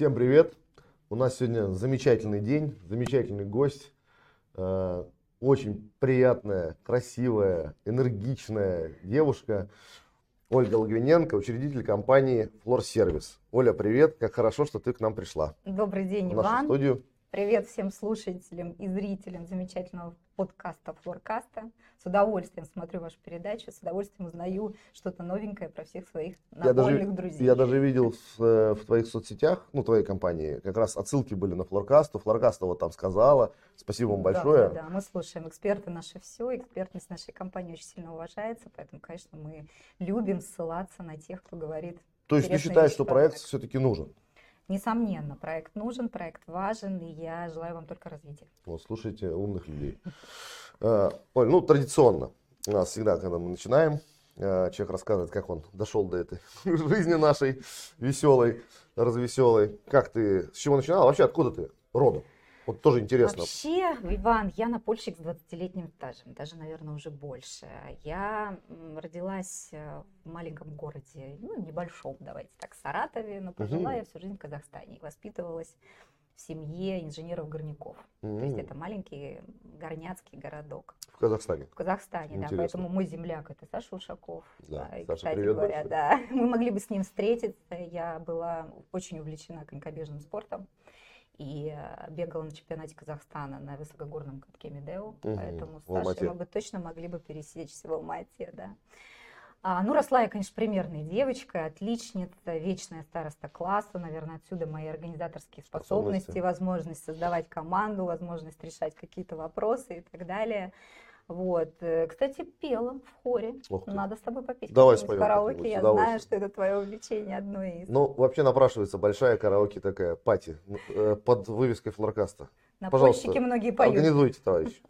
Всем привет! У нас сегодня замечательный день, замечательный гость, очень приятная, красивая, энергичная девушка Ольга Логвиненко, учредитель компании Floor Service. Оля, привет! Как хорошо, что ты к нам пришла. Добрый день, в нашу Иван. Студию. Привет всем слушателям и зрителям замечательного подкаста Флоркаста. С удовольствием смотрю вашу передачу, с удовольствием узнаю что-то новенькое про всех своих напольных друзей. Я даже видел в твоих соцсетях, твоей компании, как раз отсылки были на Флоркасту. Флоркаста вот там сказала. Спасибо вам большое. Да, мы слушаем. Эксперты наше все, экспертность нашей компании очень сильно уважается, поэтому, конечно, мы любим ссылаться на тех, кто говорит. То есть ты считаешь, что проект все-таки нужен? Несомненно, проект нужен, проект важен, и я желаю вам только развития. Вот, слушайте умных людей. Оль, традиционно у нас всегда, когда мы начинаем, человек рассказывает, как он дошел до этой жизни нашей веселой, развеселой. Как ты, с чего начинала? Вообще, откуда ты родом? Вот тоже интересно. Вообще, Иван, я напольщик с 20-летним стажем, даже, наверное, уже больше. Я родилась в маленьком городе, небольшом, давайте так, Саратове, но прожила я всю жизнь в Казахстане. Воспитывалась в семье инженеров-горняков. То есть это маленький горняцкий городок. В Казахстане? В Казахстане, интересно. да. Поэтому мой земляк — это Саша Ушаков. Да, И, Саша, кстати привет, говоря, да, мы могли бы с ним встретиться. Я была очень увлечена конькобежным спортом. И бегала на чемпионате Казахстана на высокогорном катке Медео. Поэтому с Сашей мы бы точно могли бы пересечься в Алмате, да. Росла я, конечно, примерной девочкой, отличница, вечная староста класса. Наверное, отсюда мои организаторские способности, возможность создавать команду, возможность решать какие-то вопросы и так далее. Вот. Кстати, пела в хоре. Надо с тобой попеть. Давай споем караоке. Я знаю, что это твое увлечение одно из. Вообще напрашивается большая караоке такая, пати, под вывеской Флоркаста. Напольщики многие поют. Организуйте, товарищ.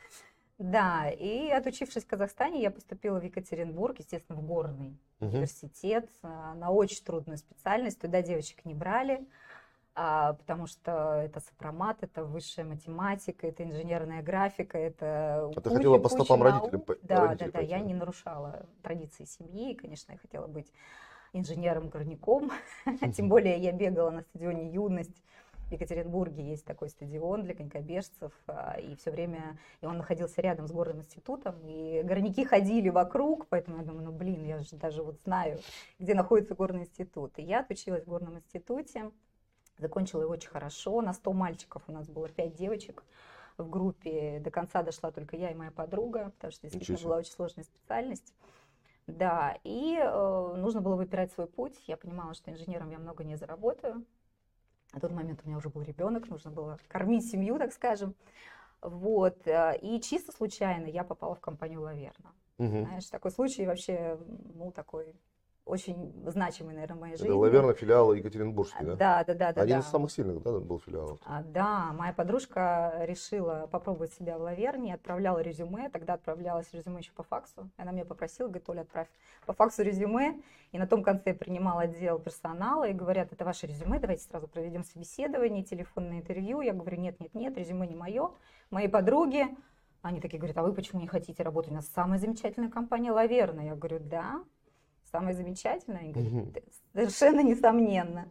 Да, и отучившись в Казахстане, я поступила в Екатеринбург, естественно, в горный университет, на очень трудную специальность. Туда девочек не брали, потому что это сопромат, это высшая математика, это инженерная графика, это ты хотела по стопам родителям? Да, я не нарушала традиции семьи, и, конечно, я хотела быть инженером-горняком, тем более я бегала на стадионе «Юность». В Екатеринбурге есть такой стадион для конькобежцев, и все время он находился рядом с горным институтом, и горняки ходили вокруг, поэтому я думаю, я же даже знаю, где находится горный институт. И я отучилась в горном институте, закончила его очень хорошо, на 100 мальчиков у нас было 5 девочек в группе, до конца дошла только я и моя подруга, потому что действительно была очень сложная специальность. Да, и нужно было выбирать свой путь, я понимала, что инженером я много не заработаю. На тот момент у меня уже был ребенок, нужно было кормить семью, так скажем. Вот. И чисто случайно я попала в компанию Лаверна. Знаешь, такой случай вообще, такой очень значимый, наверное, в моей жизни. Это Лаверна, филиал Екатеринбургский, да? Да. Один из самых сильных, да, был филиал? Да, моя подружка решила попробовать себя в Лаверне, отправляла резюме, тогда отправлялась резюме еще по факсу. Она меня попросила, говорит, Оля, отправь по факсу резюме. И на том конце принимал отдел персонала и говорят, это ваше резюме, давайте сразу проведем собеседование, телефонное интервью. Я говорю, нет, резюме не мое, моей подруги. Они такие говорят, а вы почему не хотите работать? У нас самая замечательная компания Лаверна. Я говорю, да. Самое замечательное, они говорят, совершенно несомненно.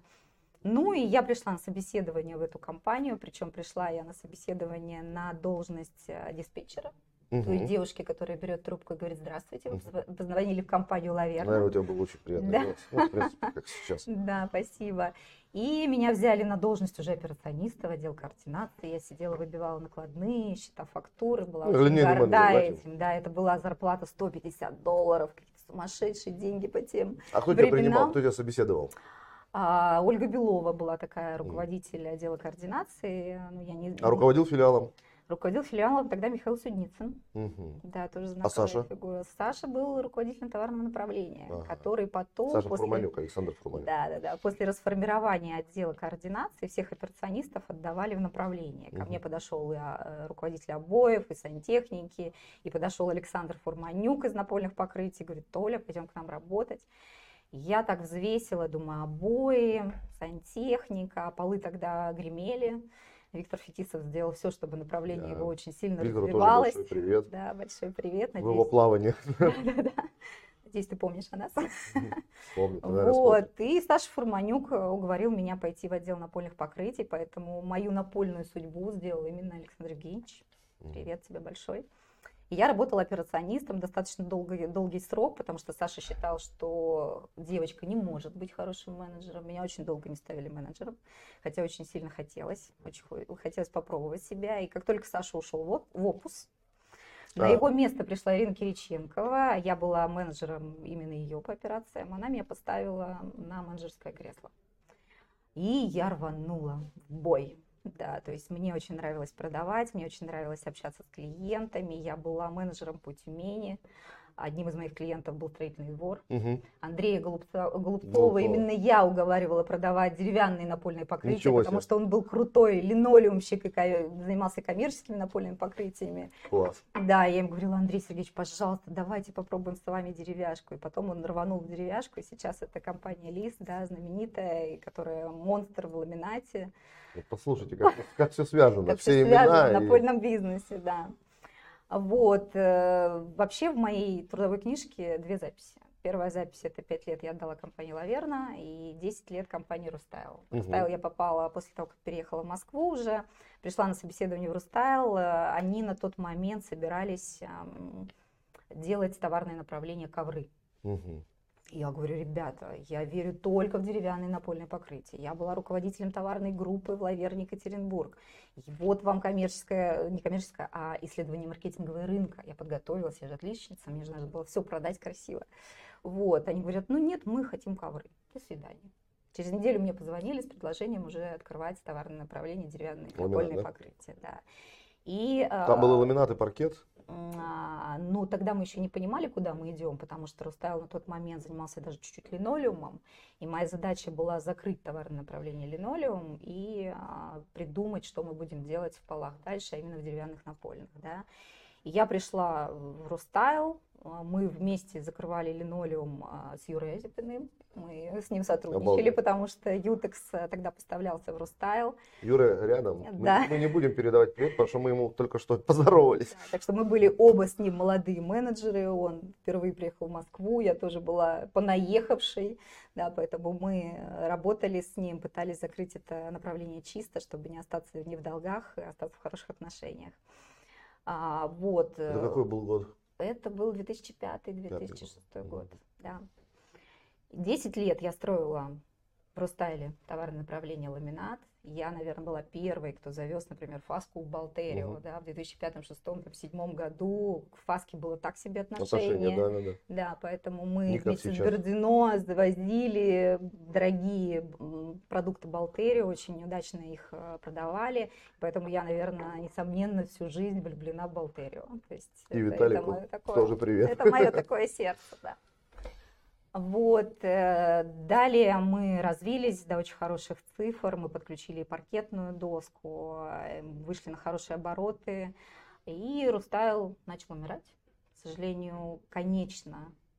И я пришла на собеседование в эту компанию, причем пришла я на собеседование на должность диспетчера. Той девушки, которая берет трубку и говорит, здравствуйте, вы позвонили в компанию Лаверна. Наверное, у тебя был очень приятный голос. В принципе, как сейчас. Да, спасибо. И меня взяли на должность уже операциониста в отдел координации. Я сидела, выбивала накладные, счета, фактуры, была очень горда этим. Да, это была зарплата $150, какие-то сумасшедшие деньги по тем временам. А кто тебя принимал, кто тебя собеседовал? Ольга Белова была такая руководитель отдела координации. Руководил филиалом? Руководил филиалом тогда Михаил Судницын. Да, тоже знаковая фигура. Саша был руководителем товарного направления, который потом... Саша Фурманюк, Александр Фурманюк. Да. После расформирования отдела координации всех операционистов отдавали в направление. Ко мне подошел и руководитель обоев, и сантехники, и подошел Александр Фурманюк из напольных покрытий. Говорит, Толя, пойдем к нам работать. Я так взвесила, думаю, обои, сантехника, полы тогда гремели. Виктор Фетисов сделал все, чтобы направление его очень сильно развивалось. Тоже большой привет. Да, большой привет. В его плавании. Да. Надеюсь, ты помнишь о нас. Помню, наверное, Вот, и Саша Фурманюк уговорил меня пойти в отдел напольных покрытий, поэтому мою напольную судьбу сделал именно Александр Евгеньевич. Привет тебе большой. И я работала операционистом достаточно долгий срок, потому что Саша считал, что девочка не может быть хорошим менеджером. Меня очень долго не ставили менеджером, хотя очень сильно хотелось. Очень хотелось попробовать себя. И как только Саша ушел в ОПУС, на его место пришла Ирина Кириченкова. Я была менеджером именно ее по операциям. Она меня поставила на менеджерское кресло. И я рванула в бой. Да, то есть мне очень нравилось продавать, мне очень нравилось общаться с клиентами. Я была менеджером по Тюмени. Одним из моих клиентов был строительный двор. Андрея Голубцова именно я уговаривала продавать деревянные напольные покрытия, потому что он был крутой линолеумщик и занимался коммерческими напольными покрытиями. Класс. Да, я им говорила: Андрей Сергеевич, пожалуйста, давайте попробуем с вами деревяшку. И потом он рванул в деревяшку, и сейчас это компания ЛИС, да, знаменитая, которая монстр в ламинате. Вот послушайте, как все связано. Как все все связано имена в напольном бизнесе, да. Вот. Вообще в моей трудовой книжке 2 записи. Первая запись — это 5 лет я отдала компании Лаверна и 10 лет компании Рустайл. В Рустайл я попала после того, как переехала в Москву уже. Пришла на собеседование в Рустайл. Они на тот момент собирались делать товарное направление ковры. Я говорю: ребята, я верю только в деревянные напольные покрытия. Я была руководителем товарной группы в Лаверне Екатеринбург. И вот вам коммерческое, не коммерческое, а исследование маркетингового рынка. Я подготовилась, я же отличница, мне же надо было все продать красиво. Вот, они говорят: ну нет, мы хотим ковры. До свидания. Через неделю мне позвонили с предложением уже открывать товарное направление деревянные напольные покрытия. Да. И, там был ламинат и паркет? Ну, тогда мы еще не понимали, куда мы идем, потому что Рустайл на тот момент занимался даже чуть-чуть линолеумом, и моя задача была закрыть товарное направление линолеум и придумать, что мы будем делать в полах дальше, а именно в деревянных напольных, да. И я пришла в Рустайл, мы вместе закрывали линолеум с Юрой Азипиным, мы с ним сотрудничали, потому что Ютекс тогда поставлялся в Рустайл. Юра рядом, да. мы не будем передавать привет, потому что мы ему только что поздоровались. Да, так что мы были оба с ним молодые менеджеры, он впервые приехал в Москву, я тоже была понаехавшей, да, поэтому мы работали с ним, пытались закрыть это направление чисто, чтобы не остаться не в долгах, а остаться в хороших отношениях. Вот. Это какой был год? Это был 2005-2006 год. Да. 10 лет я строила в Рустайле товарное направление ламинат. Я, наверное, была первой, кто завез, например, фаску в Болтерио. Да, в 2005, 2006, 2007 году к фаске было так себе отношение. Да, поэтому мы вместе с Гордино завозили дорогие продукты Болтерио, очень удачно их продавали. Поэтому я, наверное, несомненно, всю жизнь влюблена в Болтерио. То есть и Виталику тоже привет. Это мое такое сердце, да. Вот, далее мы развились до очень хороших цифр, мы подключили паркетную доску, вышли на хорошие обороты, и Рустайл начал умирать. К сожалению, конечен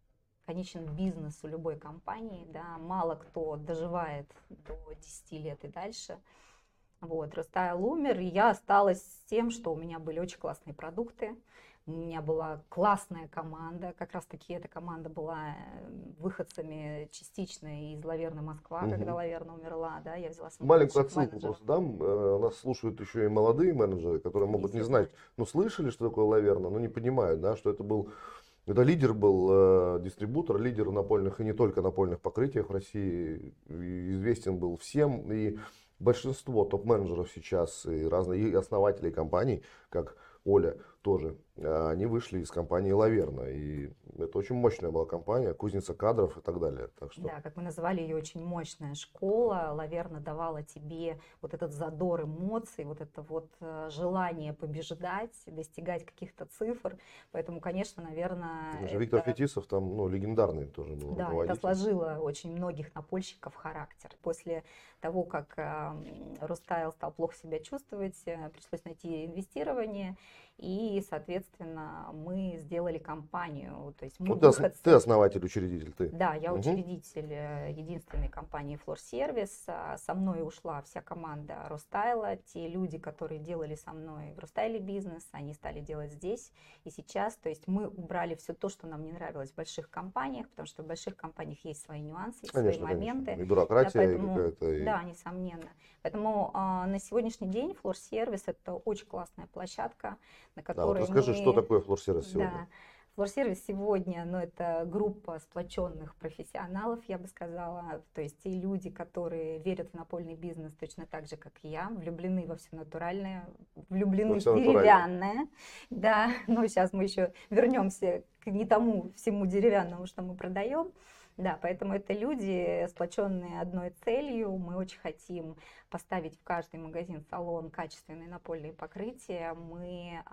бизнес у любой компании, да, мало кто доживает до 10 лет и дальше. Вот, Рустайл умер, и я осталась с тем, что у меня были очень классные продукты. У меня была классная команда, как раз таки эта команда была выходцами частично из Лаверна Москва, когда Лаверна умерла, да, я взяла свой маленькую отсылку просто дам, нас слушают еще и молодые менеджеры, которые могут не знать, ну слышали, что такое Лаверна, но не понимают, да, что это лидер был, дистрибутор, лидер напольных и не только напольных покрытиях в России, известен был всем, и большинство топ-менеджеров сейчас и разные основатели компаний, как Оля тоже, они вышли из компании Лаверна. И это очень мощная была компания, кузница кадров и так далее. Так что... Да, как мы назвали ее, очень мощная школа. Лаверна давала тебе вот этот задор эмоций, вот это вот желание побеждать, достигать каких-то цифр. Поэтому, конечно, наверное... Виктор Фетисов там легендарный тоже был. Да, это сложило очень многих напольщиков характер. После того, как Рустайл стал плохо себя чувствовать, пришлось найти инвестирование. И, соответственно, соответственно, мы сделали компанию. То есть мы Вот ты основатель, учредитель, ты. Да, я учредитель единственной компании Floor Service. Со мной ушла вся команда Ростайла. Те люди, которые делали со мной в Ростайле бизнес, они стали делать здесь и сейчас. То есть мы убрали все то, что нам не нравилось в больших компаниях, потому что в больших компаниях есть свои нюансы, есть свои моменты. И бюрократия, да, поэтому, какая-то. Да, несомненно. Поэтому на сегодняшний день Floor Service — это очень классная площадка, на которой вот расскажи, что такое Floor Service сегодня? Да. Floor Service сегодня, это группа сплоченных профессионалов, я бы сказала. То есть те люди, которые верят в напольный бизнес точно так же, как и я, влюблены во все натуральное, влюблены в деревянное. Да, но сейчас мы еще вернемся к не тому всему деревянному, что мы продаем. Да, поэтому это люди, сплоченные одной целью. Мы очень хотим поставить в каждый магазин-салон качественные напольные покрытия. Мы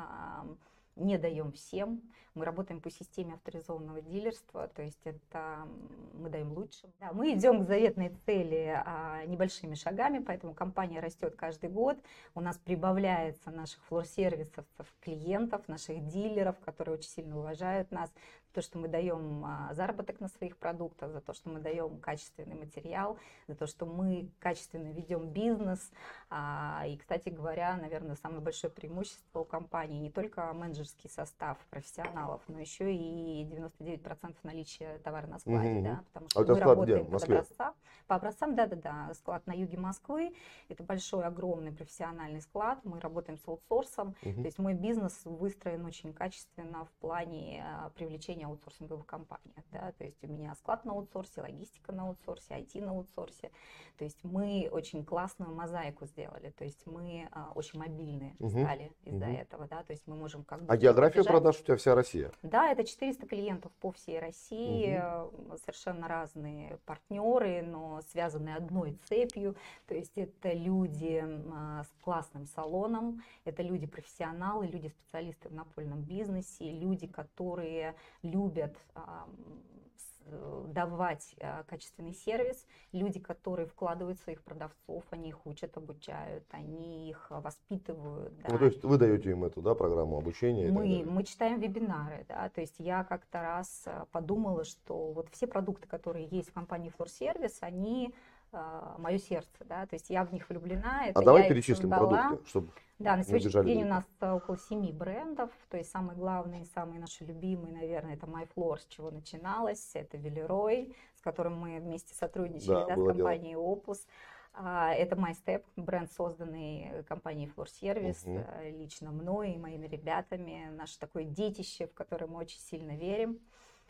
не даем всем. Мы работаем по системе авторизованного дилерства, то есть это мы даем лучшим. Да, мы идем к заветной цели небольшими шагами, поэтому компания растет каждый год. У нас прибавляется наших флор-сервисов, клиентов, наших дилеров, которые очень сильно уважают нас. То, что мы даем заработок на своих продуктах, за то, что мы даем качественный материал, за то, что мы качественно ведем бизнес. И, кстати говоря, наверное, самое большое преимущество у компании не только менеджерский состав профессионалов, но еще и 99% наличия товара на складе. Да, потому что мы работаем по образцам. Да. Склад на юге Москвы. Это большой, огромный профессиональный склад. Мы работаем с аутсорсом. То есть мой бизнес выстроен очень качественно в плане привлечения аутсорсинговых компаний. Да? То есть у меня склад на аутсорсе, логистика на аутсорсе, IT на аутсорсе. То есть мы очень классную мозаику сделали. То есть мы очень мобильные стали из-за этого. Да? То есть мы можем как бы... А география продаж у тебя вся Россия? Да, это 400 клиентов по всей России. Совершенно разные партнеры, но связанные одной цепью. То есть это люди с классным салоном, это люди-профессионалы, люди-специалисты в напольном бизнесе, люди, которые любят давать качественный сервис, люди, которые вкладывают в своих продавцов, они их учат, обучают, они их воспитывают. Да. Ну, то есть вы даете им эту, да, программу обучения? Мы читаем вебинары, да, то есть я как-то раз подумала, что вот все продукты, которые есть в компании Floor Service, они мое сердце, да, то есть я в них влюблена. Это давай перечислим продукты, чтобы да, на сегодняшний день у нас около 7 брендов, то есть самые главные, самые наши любимые, наверное, это My Floor, с чего начиналось, это Villeroy, с которым мы вместе сотрудничали, да, с компанией Opus. Это My Step, бренд, созданный компанией Floor Service, лично мной и моими ребятами, наше такое детище, в которое мы очень сильно верим.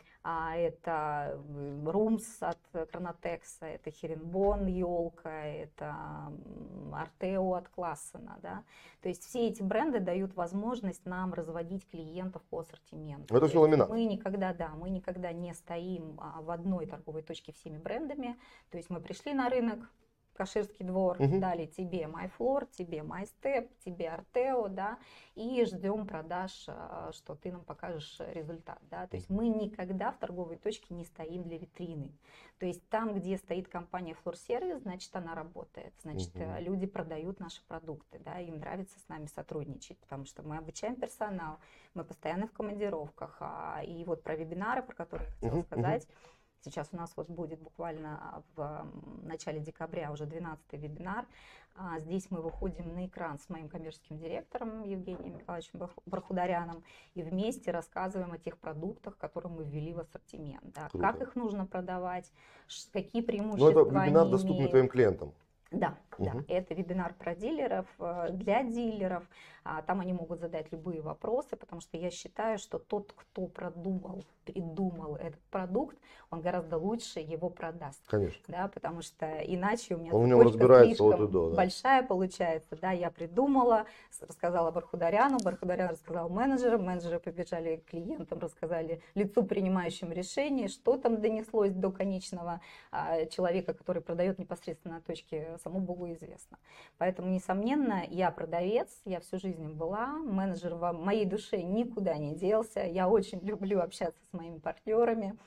Это Rooms от Кронотекса, это Херенбон, Елка, это Артео от Классена. Да? То есть все эти бренды дают возможность нам разводить клиентов по ассортименту. Это все ламинат. Мы никогда не стоим в одной торговой точке всеми брендами. То есть мы пришли на рынок, Каширский двор, дали тебе My Floor, тебе My Step, тебе Артео, да, и ждем продаж, что ты нам покажешь результат, да, то есть мы никогда в торговой точке не стоим для витрины, то есть там, где стоит компания Floor Service, значит, она работает, значит, люди продают наши продукты, да, им нравится с нами сотрудничать, потому что мы обучаем персонал, мы постоянно в командировках, и вот про вебинары, про которые я хотела сказать. Сейчас у нас вот будет буквально в начале декабря уже 12-й вебинар. Здесь мы выходим на экран с моим коммерческим директором Евгением Николаевичем Бархударяном и вместе рассказываем о тех продуктах, которые мы ввели в ассортимент. Да, как их нужно продавать, какие преимущества. Но это вебинар доступный твоим клиентам. Да, это вебинар про дилеров, для дилеров. Там они могут задать любые вопросы, потому что я считаю, что тот, кто придумал этот продукт, он гораздо лучше его продаст. Конечно. Да, потому что иначе у меня цепочка слишком большая получается. Да, я придумала, рассказала Бархударяну, Бархударян рассказал менеджерам, менеджеры побежали к клиентам, рассказали лицу, принимающему решение, что там донеслось до конечного человека, который продает непосредственно на точке, самому Богу известно. Поэтому, несомненно, я продавец, я всю жизнь была, менеджер в моей душе никуда не делся, я очень люблю общаться с моими партнерами,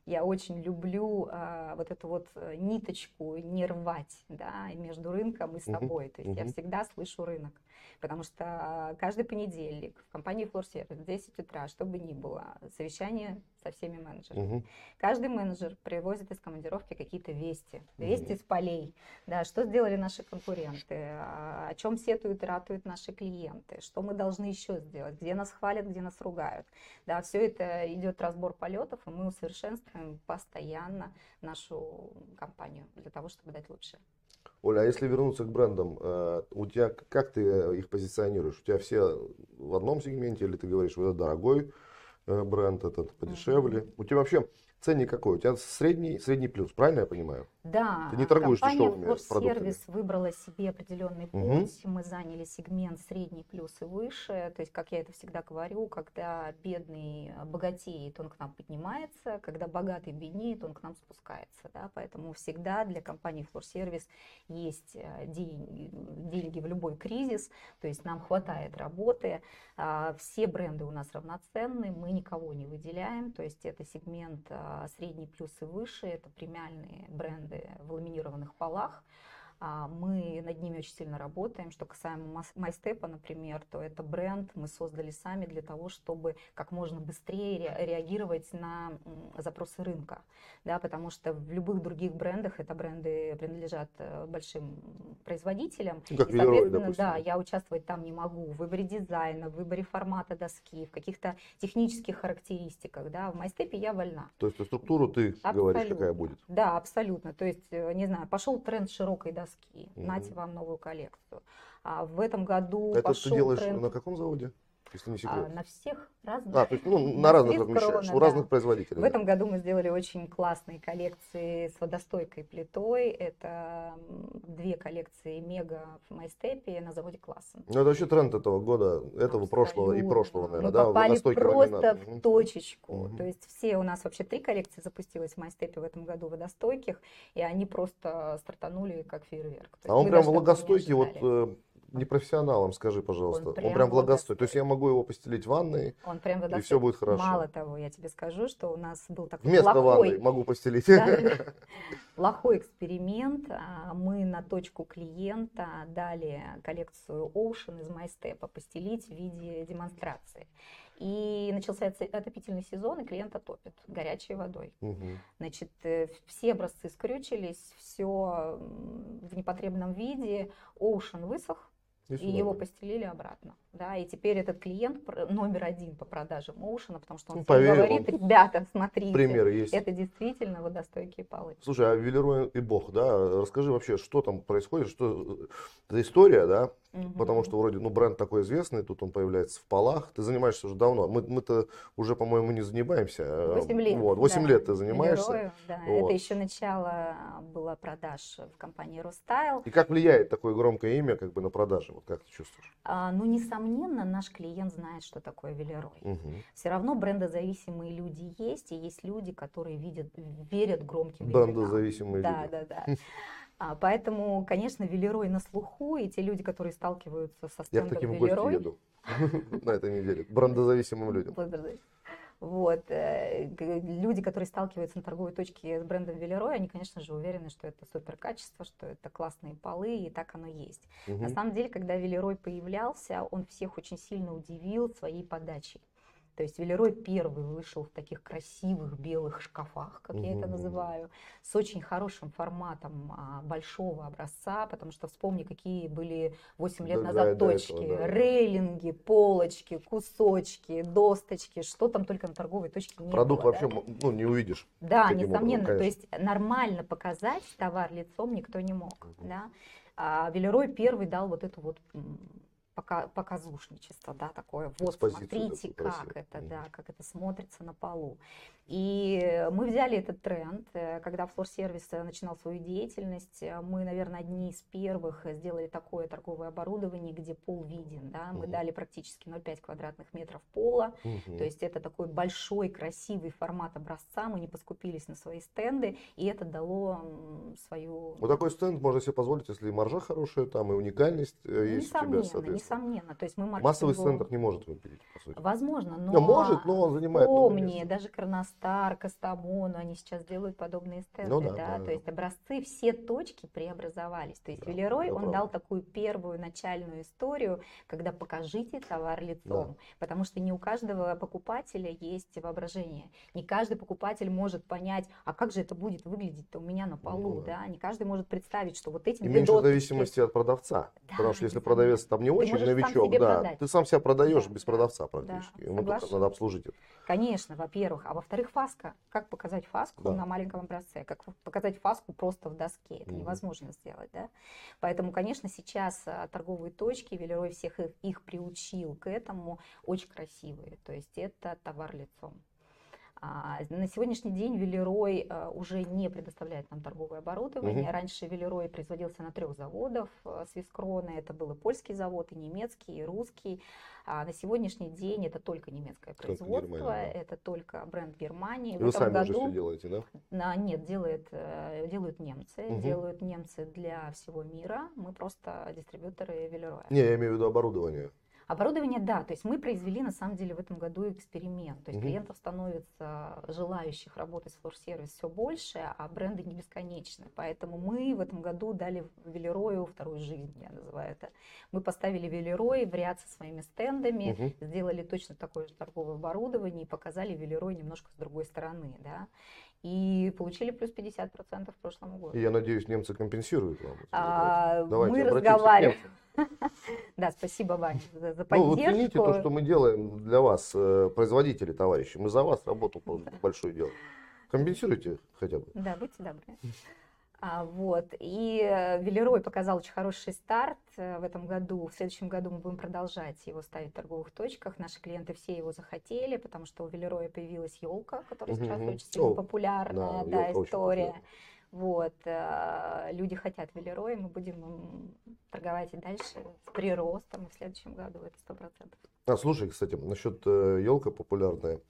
Я очень люблю вот эту вот ниточку не рвать, да, между рынком и собой. То есть я всегда слышу рынок. Потому что каждый понедельник в компании Флорсервис в 10 утра, что бы ни было, совещание со всеми менеджерами. Каждый менеджер привозит из командировки какие-то вести с полей. Да, что сделали наши конкуренты, о чем сетуют и ратуют наши клиенты, что мы должны еще сделать, где нас хвалят, где нас ругают. Да, все это идет разбор полетов, и мы усовершенствуем постоянно нашу компанию для того, чтобы дать лучшее. Оля, а если вернуться к брендам, у тебя как ты их позиционируешь? У тебя все в одном сегменте, или ты говоришь, вот это дорогой бренд, этот подешевле? У тебя вообще ценник какой? У тебя средний плюс, правильно я понимаю? Да, Ты не торгуешь компания дешевыми продуктами. Флорсервис выбрала себе определенный путь. Мы заняли сегмент средний плюс и выше. То есть, как я это всегда говорю, когда бедный богатеет, он к нам поднимается, когда богатый беднеет, он к нам спускается. Да? Поэтому всегда для компании Флорсервис есть деньги в любой кризис. То есть нам хватает работы. Все бренды у нас равноценны, мы никого не выделяем. То есть это сегмент средний плюс и выше, это премиальные бренды в ламинированных полах. Мы над ними очень сильно работаем. Что касаемо MyStep, например, то это бренд мы создали сами для того, чтобы как можно быстрее реагировать на запросы рынка. Да, потому что в любых других брендах это бренды принадлежат большим производителям. Как и, Вилерой, соответственно, допустим. да, я участвовать там не могу в выборе дизайна, в выборе формата доски, в каких-то технических характеристиках. Да. В MyStep я вольна. То есть структуру ты говоришь, какая будет? Да, абсолютно. То есть, не знаю, пошел тренд широкой доски. Нате вам новую коллекцию. В этом году Это пошел ты делаешь тренд на каком заводе, если не секрет? на всех разных. То есть, на разных размещаешь, у разных производителей. В этом году мы сделали очень классные коллекции с водостойкой плитой. Это 2 коллекции Мега в MyStep на заводе Классен. Это вообще тренд этого года, этого прошлого и прошлого, наверное. Мы да, попали водостойкий просто ламинат. в точечку. То есть все у нас вообще 3 коллекции запустилось в MyStep в этом году водостойких, и они просто стартанули как фейерверк. А он прям влагостойкий, вот непрофессионалам скажи, пожалуйста. Он прям влагостойкий. То есть я могу его постелить в ванной, он прям и все будет хорошо. Мало того, я тебе скажу, что у нас был такой Вместо ванны могу постелить. плохой эксперимент. Мы на точку клиента дали коллекцию Ocean из MyStep постелить в виде демонстрации. И начался отопительный сезон, и клиента топит горячей водой. Значит, все образцы скрючились, все в непотребном виде. Ocean высох, и его постелили обратно. Да, и теперь этот клиент номер 1 по продажам Ocean, потому что он говорит, ребята, смотрите, это действительно водостойкие полы. Слушай, а Вилерой и Бог, да, расскажи вообще, что там происходит, что это история, да, потому что вроде, бренд такой известный, тут он появляется в полах, ты занимаешься уже давно, мы-то уже, по-моему, не занимаемся. 8 лет. Вот, 8 лет ты занимаешься. Вилерою, да, это еще начало было продаж в компании Ростайл. И как влияет такое громкое имя как бы на продажи, вот как ты чувствуешь? Несомненно, наш клиент знает, что такое Вилерой. Все равно брендозависимые люди есть, и есть люди, которые верят громким именам. Брендозависимые люди. Да. Поэтому, конечно, Вилерой на слуху, и те люди, которые сталкиваются со стендом Вилерой... Я к таким в гости еду на этой неделе, к брендозависимым людям. Вот. Люди, которые сталкиваются на торговой точке с брендом Вилерой, они, конечно же, уверены, что это супер качество, что это классные полы, и так оно есть. На самом деле, когда Вилерой появлялся, он всех очень сильно удивил своей подачей. То есть Вилерой первый вышел в таких красивых белых шкафах, как я это называю, с очень хорошим форматом большого образца, потому что вспомни, какие были 8 лет назад точки, рейлинги, полочки, кусочки, досточки, что там только на торговой точке не было. Продукт вообще не увидишь. Да, несомненно, то есть нормально показать товар лицом никто не мог. Да? Вилерой первый дал вот эту вот показушничество, да, такое, вот смотрите, как это, да, как это смотрится на полу. И мы взяли этот тренд, когда Флорсервис начинал свою деятельность, мы, наверное, одни из первых сделали такое торговое оборудование, где пол виден, да, мы дали практически 0,5 квадратных метров пола, то есть это такой большой, красивый формат образца, мы не поскупились на свои стенды, и это дало свою... Вот такой стенд можно себе позволить, если и маржа хорошая, там, и уникальность есть у тебя, соответственно. несомненно. То есть мы Массовый маркетингу... центр не может выпилить, по сути. Возможно, Ну, может, но он занимает много помни, места. даже Краснодар, Костомон, они сейчас делают подобные стенды, Ну да, да. то есть образцы, все точки преобразовались. То есть Да, Велерой, это он правда. дал такую первую начальную историю, когда покажите товар лицом, потому что не у каждого покупателя есть воображение, не каждый покупатель может понять, а как же это будет выглядеть-то у меня на полу, да, не каждый может представить, что вот эти И две меньше доточки... зависимости от продавца. Да, Потому что если несомненно. продавец там не очень можешь сам новичок, себе да, продать. ты сам себя продаешь Да, без да, продавца да, практически. Ему только соглашусь. надо обслужить это. Конечно, во-первых. А во-вторых, фаска. Как показать фаску Да. на маленьком образце? Как показать фаску просто в доске? Это невозможно сделать, да? Поэтому, конечно, сейчас торговые точки, Велерой всех их приучил к этому, очень красивые. То есть это товар лицом. На сегодняшний день Велерой уже не предоставляет нам торговое оборудование. Раньше Велерой производился на 3 заводах Свискроны. Это был и польский завод, и немецкий, и русский. А на сегодняшний день это только немецкое производство, Германия, да. это только бренд Германии. И вы сами уже все делаете, да? Нет, делают немцы, делают немцы для всего мира. Мы просто дистрибьюторы Велероя. Не, я имею в виду оборудование. Оборудование, да, то есть мы произвели на самом деле в этом году эксперимент. То есть клиентов становится, желающих работать с флор-сервис все больше, а бренды не бесконечны. Поэтому мы в этом году дали Велерою вторую жизнь, я называю это. Мы поставили Велерой в ряд со своими стендами, сделали точно такое же торговое оборудование и показали Велерой немножко с другой стороны, да. И получили плюс 50% в прошлом году. И я надеюсь, немцы компенсируют вам. Мы разговариваем. Да, спасибо, Ваня, за поддержку. Ну, вот цените то, что мы делаем для вас, производители, товарищи. Мы за вас работу большую делаем. Компенсируйте хотя бы. Да, будьте добры. Вот. И Велерой показал очень хороший старт в этом году. В следующем году мы будем продолжать его ставить в торговых точках. Наши клиенты все его захотели, потому что у Велероя появилась елка, которая сейчас очень сильно популярная, да, история. Вот. Люди хотят Велерой, мы будем торговать и дальше с приростом и в следующем году, это 100%. Слушай, кстати, насчет елка популярная.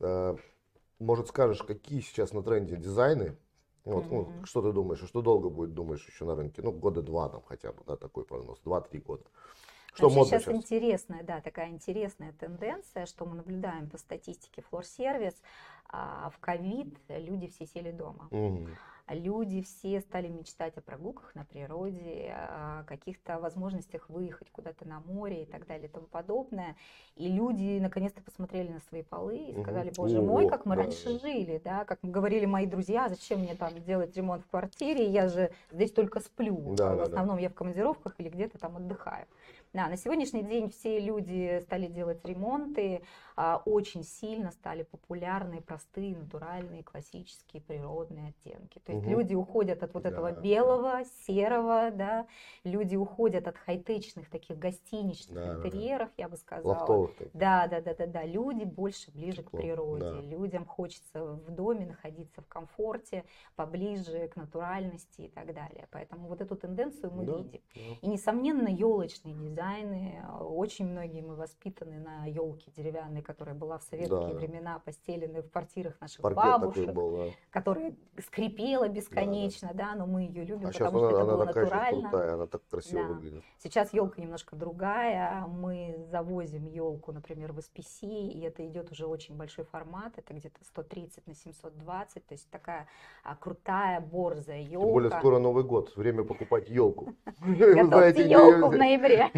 Может, скажешь, какие сейчас на тренде дизайны? Вот, что ты думаешь, что долго будет, думаешь, еще на рынке? Ну, года 2 там хотя бы, да, такой прогноз, 2-3 года. Что модно сейчас? Интересная, да, такая интересная тенденция, что мы наблюдаем по статистике флор-сервис. В ковид люди все сели дома. Люди все стали мечтать о прогулках на природе, о каких-то возможностях выехать куда-то на море и так далее и тому подобное. И люди наконец-то посмотрели на свои полы и сказали: боже мой, как мы раньше жили, да, как говорили мои друзья, зачем мне там делать ремонт в квартире, я же здесь только сплю, в основном я в командировках или где-то там отдыхаю. Да, на сегодняшний день все люди стали делать ремонты, очень сильно стали популярны простые, натуральные, классические, природные оттенки. То есть люди уходят от вот этого белого, серого, да, люди уходят от хай-течных таких гостиничных интерьеров, я бы сказала. Лофтовых. Да, люди больше ближе к природе. Людям хочется в доме находиться в комфорте, поближе к натуральности и так далее. Поэтому вот эту тенденцию мы видим. И, несомненно, елочные дизайны. Очень многие мы воспитаны на елке деревянной, которая была в советские времена постелены в квартирах наших бабушек, которая скрипела бесконечно, да, но мы ее любим, потому что это было натурально. Крутая, она так красиво выглядит. Сейчас елка немножко другая. Мы завозим елку, например, в SPC, и это идет уже очень большой формат. Это где-то 130 на 720, то есть такая крутая, борзая елка. Тем более скоро Новый год, время покупать елку. Готовьте елку в ноябре.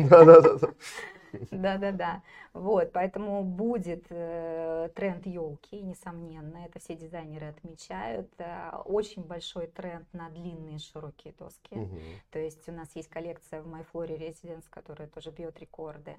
Да. Вот, поэтому будет тренд елки, несомненно. Это все дизайнеры отмечают. Очень большой тренд на длинные широкие доски. То есть у нас есть коллекция в My Flora Residence, которая тоже бьет рекорды.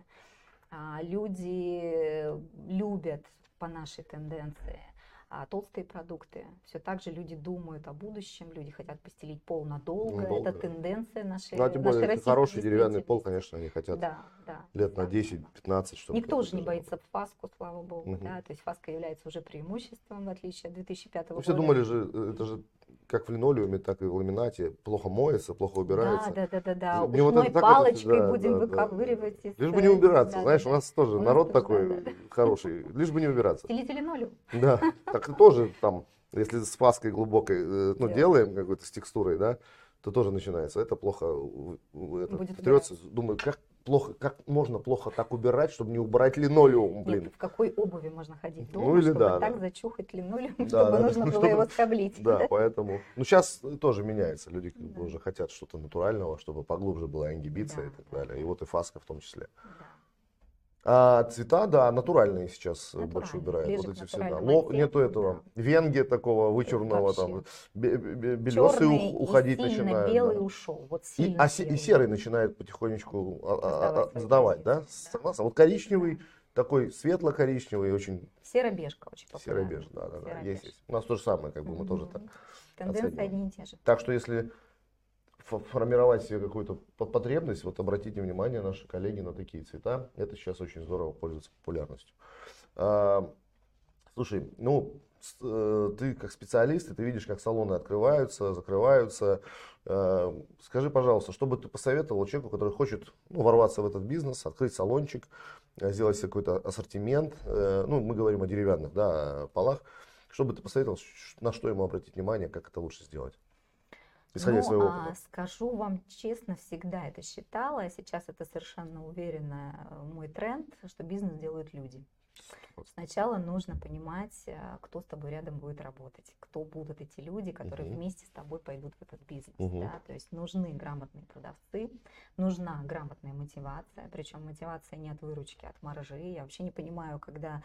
Люди любят по нашей тенденции толстые продукты. Все так же люди думают о будущем, люди хотят постелить пол надолго. Это тенденция нашей российской. Тем более, если хороший деревянный пол, конечно, они хотят лет на 10-15. Никто уже не боится фаску, слава богу. Да? То есть фаска является уже преимуществом, в отличие от 2005 года. Все думали же, это же как в линолеуме, так и в ламинате. Плохо моется, плохо убирается. Да. Ушной палочкой будем выковыривать. Лишь бы не убираться. Знаешь, у нас тоже народ такой хороший. Лишь бы не убираться. Стелите линолеум. Да. Так тоже там, если с фаской глубокой делаем какой-то с текстурой, да, то тоже начинается. Это плохо трется. Думаю, плохо, как можно плохо так убирать, чтобы не убрать линолеум, блин. Нет, в какой обуви можно ходить дома, Ну или чтобы да, так да. зачухать линолеум, Да, чтобы да, нужно да, было чтобы- его скоблить. Да, поэтому. Ну, сейчас тоже меняется. Люди как бы Да. уже хотят что-то натурального, чтобы поглубже была ингибиция Да, и так да, далее. И да. вот и фаска в том числе. Да. А цвета, да, натуральные сейчас больше Натуральные, убирают. ближе Вот к эти все, да. натуральным Нету оттенкам, этого да. венги такого вычурного, там, Вообще. белесый Черный уходить и сильно начинают. белый Да. ушел. Вот И, сильно и белый. серый начинает потихонечку Сдавать свои сдавать, да? позиции, да. Согласен? Вот коричневый, такой светло-коричневый, очень Серо-бежка очень популярна. серо-беж, да, да, да, Серо-беж. есть. У нас то же самое, как бы мы тоже так Тенденции оцениваем. одни и те же. Так что если формировать себе какую-то потребность, вот обратите внимание, наши коллеги, на такие цвета. Это сейчас очень здорово пользуется популярностью. Слушай, ну, ты как специалист, и ты видишь, как салоны открываются, закрываются. Скажи, пожалуйста, что бы ты посоветовал человеку, который хочет ворваться в этот бизнес, открыть салончик, сделать себе какой-то ассортимент? Ну, мы говорим о деревянных, да, полах. Что бы ты посоветовал, на что ему обратить внимание, как это лучше сделать? Исходя из своего опыта. Скажу вам честно, всегда это считала, а сейчас это совершенно уверенно мой тренд, что бизнес делают люди. Сначала нужно понимать, кто с тобой рядом будет работать, кто будут эти люди, которые вместе с тобой пойдут в этот бизнес. Да? То есть нужны грамотные продавцы, нужна грамотная мотивация, причем мотивация не от выручки, а от маржи. Я вообще не понимаю, когда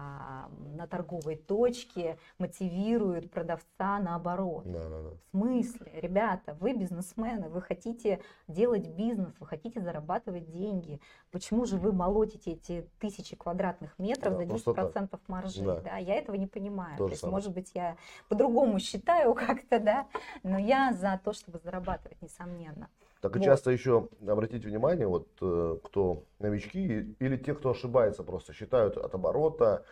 на торговой точке мотивируют продавца наоборот. Да. В смысле? Ребята, вы бизнесмены, вы хотите делать бизнес, вы хотите зарабатывать деньги. Почему же вы молотите эти 1000 квадратных метров за 10% маржи? Да, я этого не понимаю. То есть, может быть, я по-другому считаю как-то, да, но я за то, чтобы зарабатывать, несомненно. Так и часто еще обратите внимание, вот кто новички или те, кто ошибается, просто считают от оборота,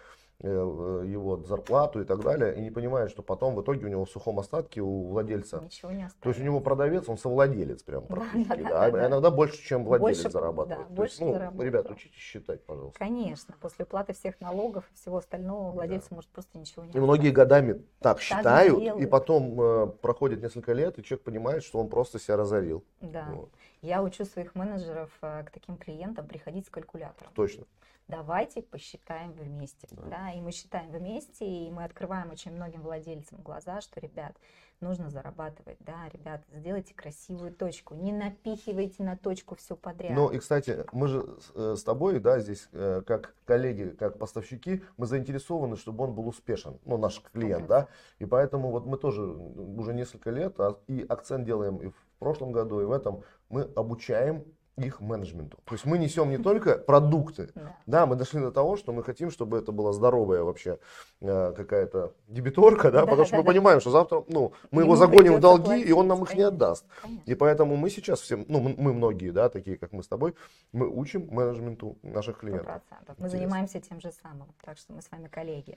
его зарплату и так далее, и не понимают, что потом в итоге у него в сухом остатке у владельца. Ничего не остается. То есть у него продавец, он совладелец прям практически. Да, иногда больше, чем владелец зарабатывает. Да, То есть, зарабатывает. Ребят, учитесь считать, пожалуйста. Конечно, после уплаты всех налогов и всего остального владельцу может просто ничего не И многие годами так считают, и делают. потом проходит несколько лет, и человек понимает, что он просто себя разорил. Да. Вот. Я учу своих менеджеров к таким клиентам приходить с калькулятором. Точно. Давайте посчитаем вместе. Да, и мы считаем вместе, и мы открываем очень многим владельцам глаза, что, ребят, нужно зарабатывать. Да, ребят, сделайте красивую точку. Не напихивайте на точку все подряд. Ну и, кстати, мы же с тобой, да, здесь как коллеги, как поставщики, мы заинтересованы, чтобы он был успешен, ну, наш клиент, да. И поэтому вот мы тоже уже несколько лет, и акцент делаем и в прошлом году, и в этом, мы обучаем их менеджменту. То есть мы несем не только продукты, да, мы дошли до того, что мы хотим, чтобы это была здоровая вообще какая-то дебиторка, да, потому что мы понимаем, что завтра, ну, мы его загоним в долги, платить, и он нам их не отдаст. Конечно. И поэтому мы сейчас всем, ну, мы многие, да, такие как мы с тобой, мы учим менеджменту наших клиентов. 100%. Мы занимаемся тем же самым, так что мы с вами коллеги.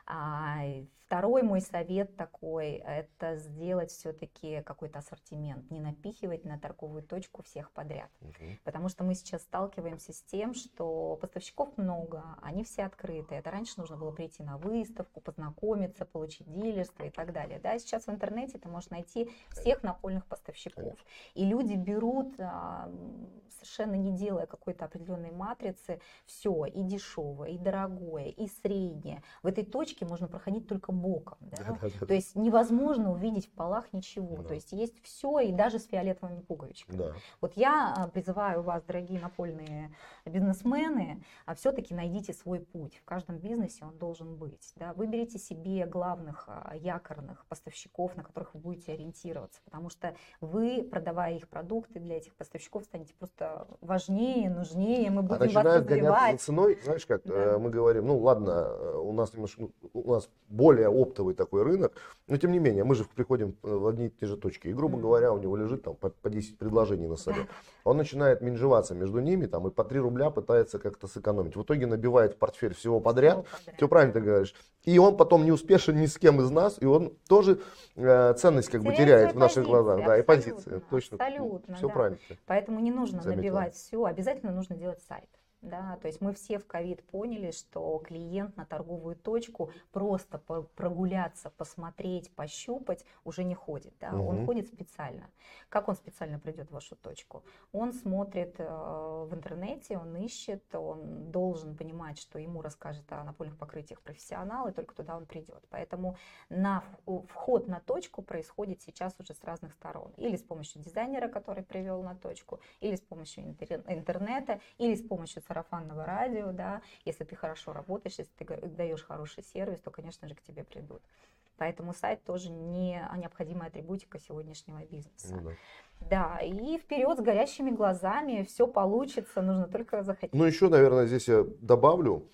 Второй мой совет такой, это сделать все-таки какой-то ассортимент, не напихивать на торговую точку всех подряд. Потому что мы сейчас сталкиваемся с тем, что поставщиков много, они все открыты. Это раньше нужно было прийти на выставку, познакомиться, получить дилерство и так далее. Да, сейчас в интернете ты можешь найти всех напольных поставщиков. И люди берут, совершенно не делая какой-то определенной матрицы, все, и дешевое, и дорогое, и среднее. В этой точке можно проходить только боком. Да? То есть невозможно увидеть в полах ничего. То есть есть все, и даже с фиолетовыми пуговичками. Вот я призываю вас, дорогие напольные бизнесмены, все-таки найдите свой путь. В каждом бизнесе он должен быть. Да? Выберите себе главных якорных поставщиков, на которых вы будете ориентироваться. Потому что вы, продавая их продукты, для этих поставщиков станете просто важнее, нужнее, мы будем вас развивать. Гоняться за ценой, знаешь, как мы говорим, ну ладно, у нас более оптовый такой рынок, но тем не менее, мы же приходим в одни и те же точки. И, грубо говоря, у него лежит там по 10 предложений на столе. Он начинает менжеваться между ними там, и по 3 рубля пытается как-то сэкономить. В итоге набивает в портфель всего подряд. Все правильно ты говоришь. И он потом не успешен ни с кем из нас, и он тоже ценность как бы теряет в наших глазах. Да, и позиции. Точно. Абсолютно. Все правильно. Поэтому не нужно набивать все, обязательно нужно делать сайт. Да, то есть мы все в ковид поняли, что клиент на торговую точку просто прогуляться, посмотреть, пощупать уже не ходит. Да? Он ходит специально. Как он специально придет в вашу точку? Он смотрит в интернете, он ищет, он должен понимать, что ему расскажет о напольных покрытиях профессионал, и только туда он придет. Поэтому вход на точку происходит сейчас уже с разных сторон. Или с помощью дизайнера, который привел на точку, или с помощью интернета, или с помощью сарафанного радио. Да. Если ты хорошо работаешь, если ты даешь хороший сервис, то, конечно же, к тебе придут. Поэтому сайт тоже необходимая атрибутика сегодняшнего бизнеса. Ну, да. Да, и вперед с горящими глазами, все получится, нужно только захотеть. Ну, еще, наверное, здесь я добавлю,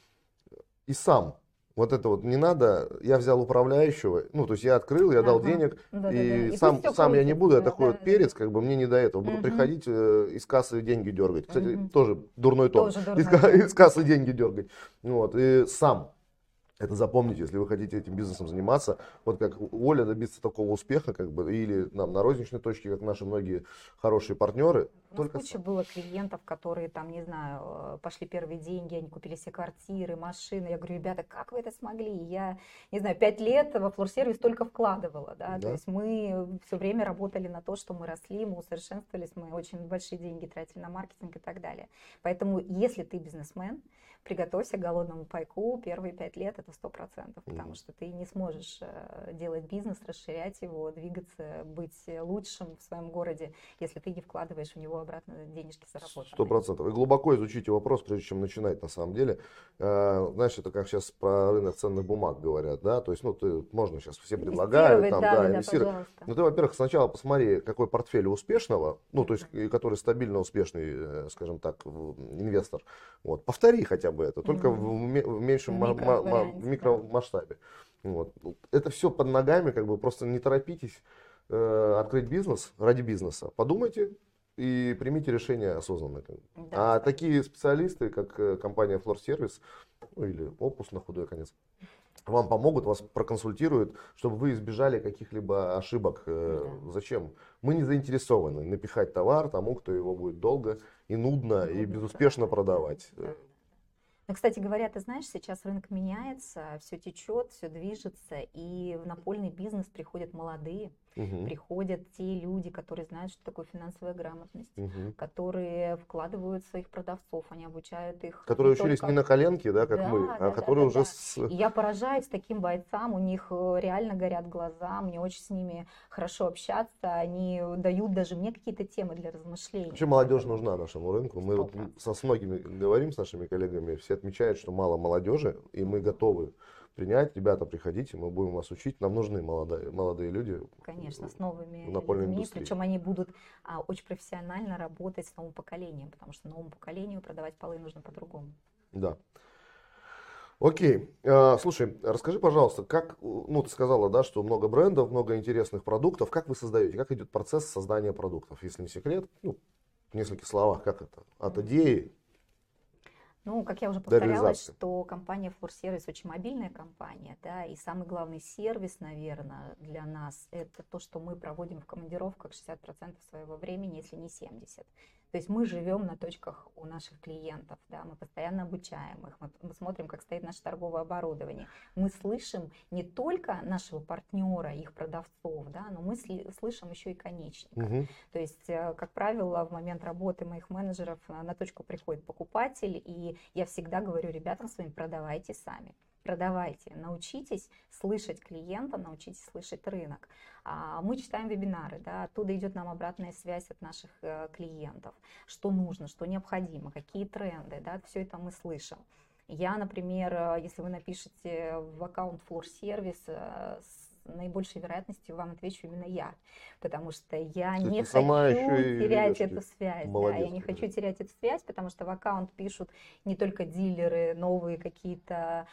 и сам. Вот это вот не надо, я взял управляющего, ну, то есть я открыл, я дал денег, и сам я не буду, я такой вот перец, как бы мне не до этого. Буду приходить из кассы деньги дергать. Кстати, тоже дурной тон. Из кассы деньги дергать. Вот, и сам. Это запомните, если вы хотите этим бизнесом заниматься, вот как Оля добиться такого успеха, как бы, или нам на розничной точке, как наши многие хорошие партнеры. У нас куча было клиентов, которые там, не знаю, пошли первые деньги, они купили себе квартиры, машины. Я говорю, ребята, как вы это смогли? Я, не знаю, 5 лет во флор-сервис только вкладывала, да? То есть мы все время работали на то, что мы росли, мы усовершенствовались, мы очень большие деньги тратили на маркетинг и так далее. Поэтому, если ты бизнесмен, приготовься к голодному пайку, первые 5 лет это 100%, потому что ты не сможешь делать бизнес, расширять его, двигаться, быть лучшим в своем городе, если ты не вкладываешь в него обратно денежки заработанные. 100%. И глубоко изучите вопрос, прежде чем начинать, на самом деле. Знаешь, это как сейчас про рынок ценных бумаг говорят, да, то есть, ну, можно сейчас все предлагают, там, инвестировать. Но ты, во-первых, сначала посмотри, какой портфель у успешного, ну, то есть, который стабильно успешный, скажем так, инвестор. Вот, повтори хотя бы это, только в меньшем микромасштабе. Вот. Это все под ногами, как бы просто не торопитесь открыть бизнес ради бизнеса. Подумайте и примите решение осознанно. Да. А такие специалисты, как компания Floor Service, ну, или Opus на худой конец, вам помогут, вас проконсультируют, чтобы вы избежали каких-либо ошибок. Зачем? Мы не заинтересованы напихать товар тому, кто его будет долго и нудно и безуспешно продавать. Ну, кстати говоря, ты знаешь, сейчас рынок меняется, все течет, все движется, и в напольный бизнес приходят молодые, приходят те люди, которые знают, что такое финансовая грамотность, которые вкладывают в своих продавцов, они обучают их. Которые учились не на коленке, да, как мы, а которые уже... И я поражаюсь таким бойцам, у них реально горят глаза, мне очень с ними хорошо общаться, они дают даже мне какие-то темы для размышлений. Вообще молодежь нужна нашему рынку. Мы вот со многими говорим, с нашими коллегами, все отмечают, что мало молодежи, и мы готовы принять. Ребята, приходите, мы будем вас учить. Нам нужны молодые люди. Конечно, с новыми людьми. Причем они будут очень профессионально работать с новым поколением, потому что новому поколению продавать полы нужно по-другому. Да. Окей. Слушай, расскажи, пожалуйста, как, ну, ты сказала, да, что много брендов, много интересных продуктов. Как вы создаете? Как идет процесс создания продуктов? Если не секрет, ну, в нескольких словах, как это? От идеи. Ну, как я уже повторялась, что компания Floor Service очень мобильная компания, да, и самый главный сервис, наверное, для нас, это то, что мы проводим в командировках 60% своего времени, если не 70%. То есть мы живем на точках у наших клиентов, да, мы постоянно обучаем их, мы смотрим, как стоит наше торговое оборудование. Мы слышим не только нашего партнера, их продавцов, да, но мы слышим еще и конечника. То есть, как правило, в момент работы моих менеджеров на точку приходит покупатель, и я всегда говорю ребятам своим, продавайте сами. Продавайте, научитесь слышать клиента, научитесь слышать рынок. Мы читаем вебинары, да, оттуда идет нам обратная связь от наших клиентов, что нужно, что необходимо, какие тренды, да, все это мы слышим. Я, например, если вы напишете в аккаунт Floor Service, с наибольшей вероятностью вам отвечу именно я, потому что я не хочу терять эту связь. Да, я не хочу терять эту связь, потому что в аккаунт пишут не только дилеры, новые какие-то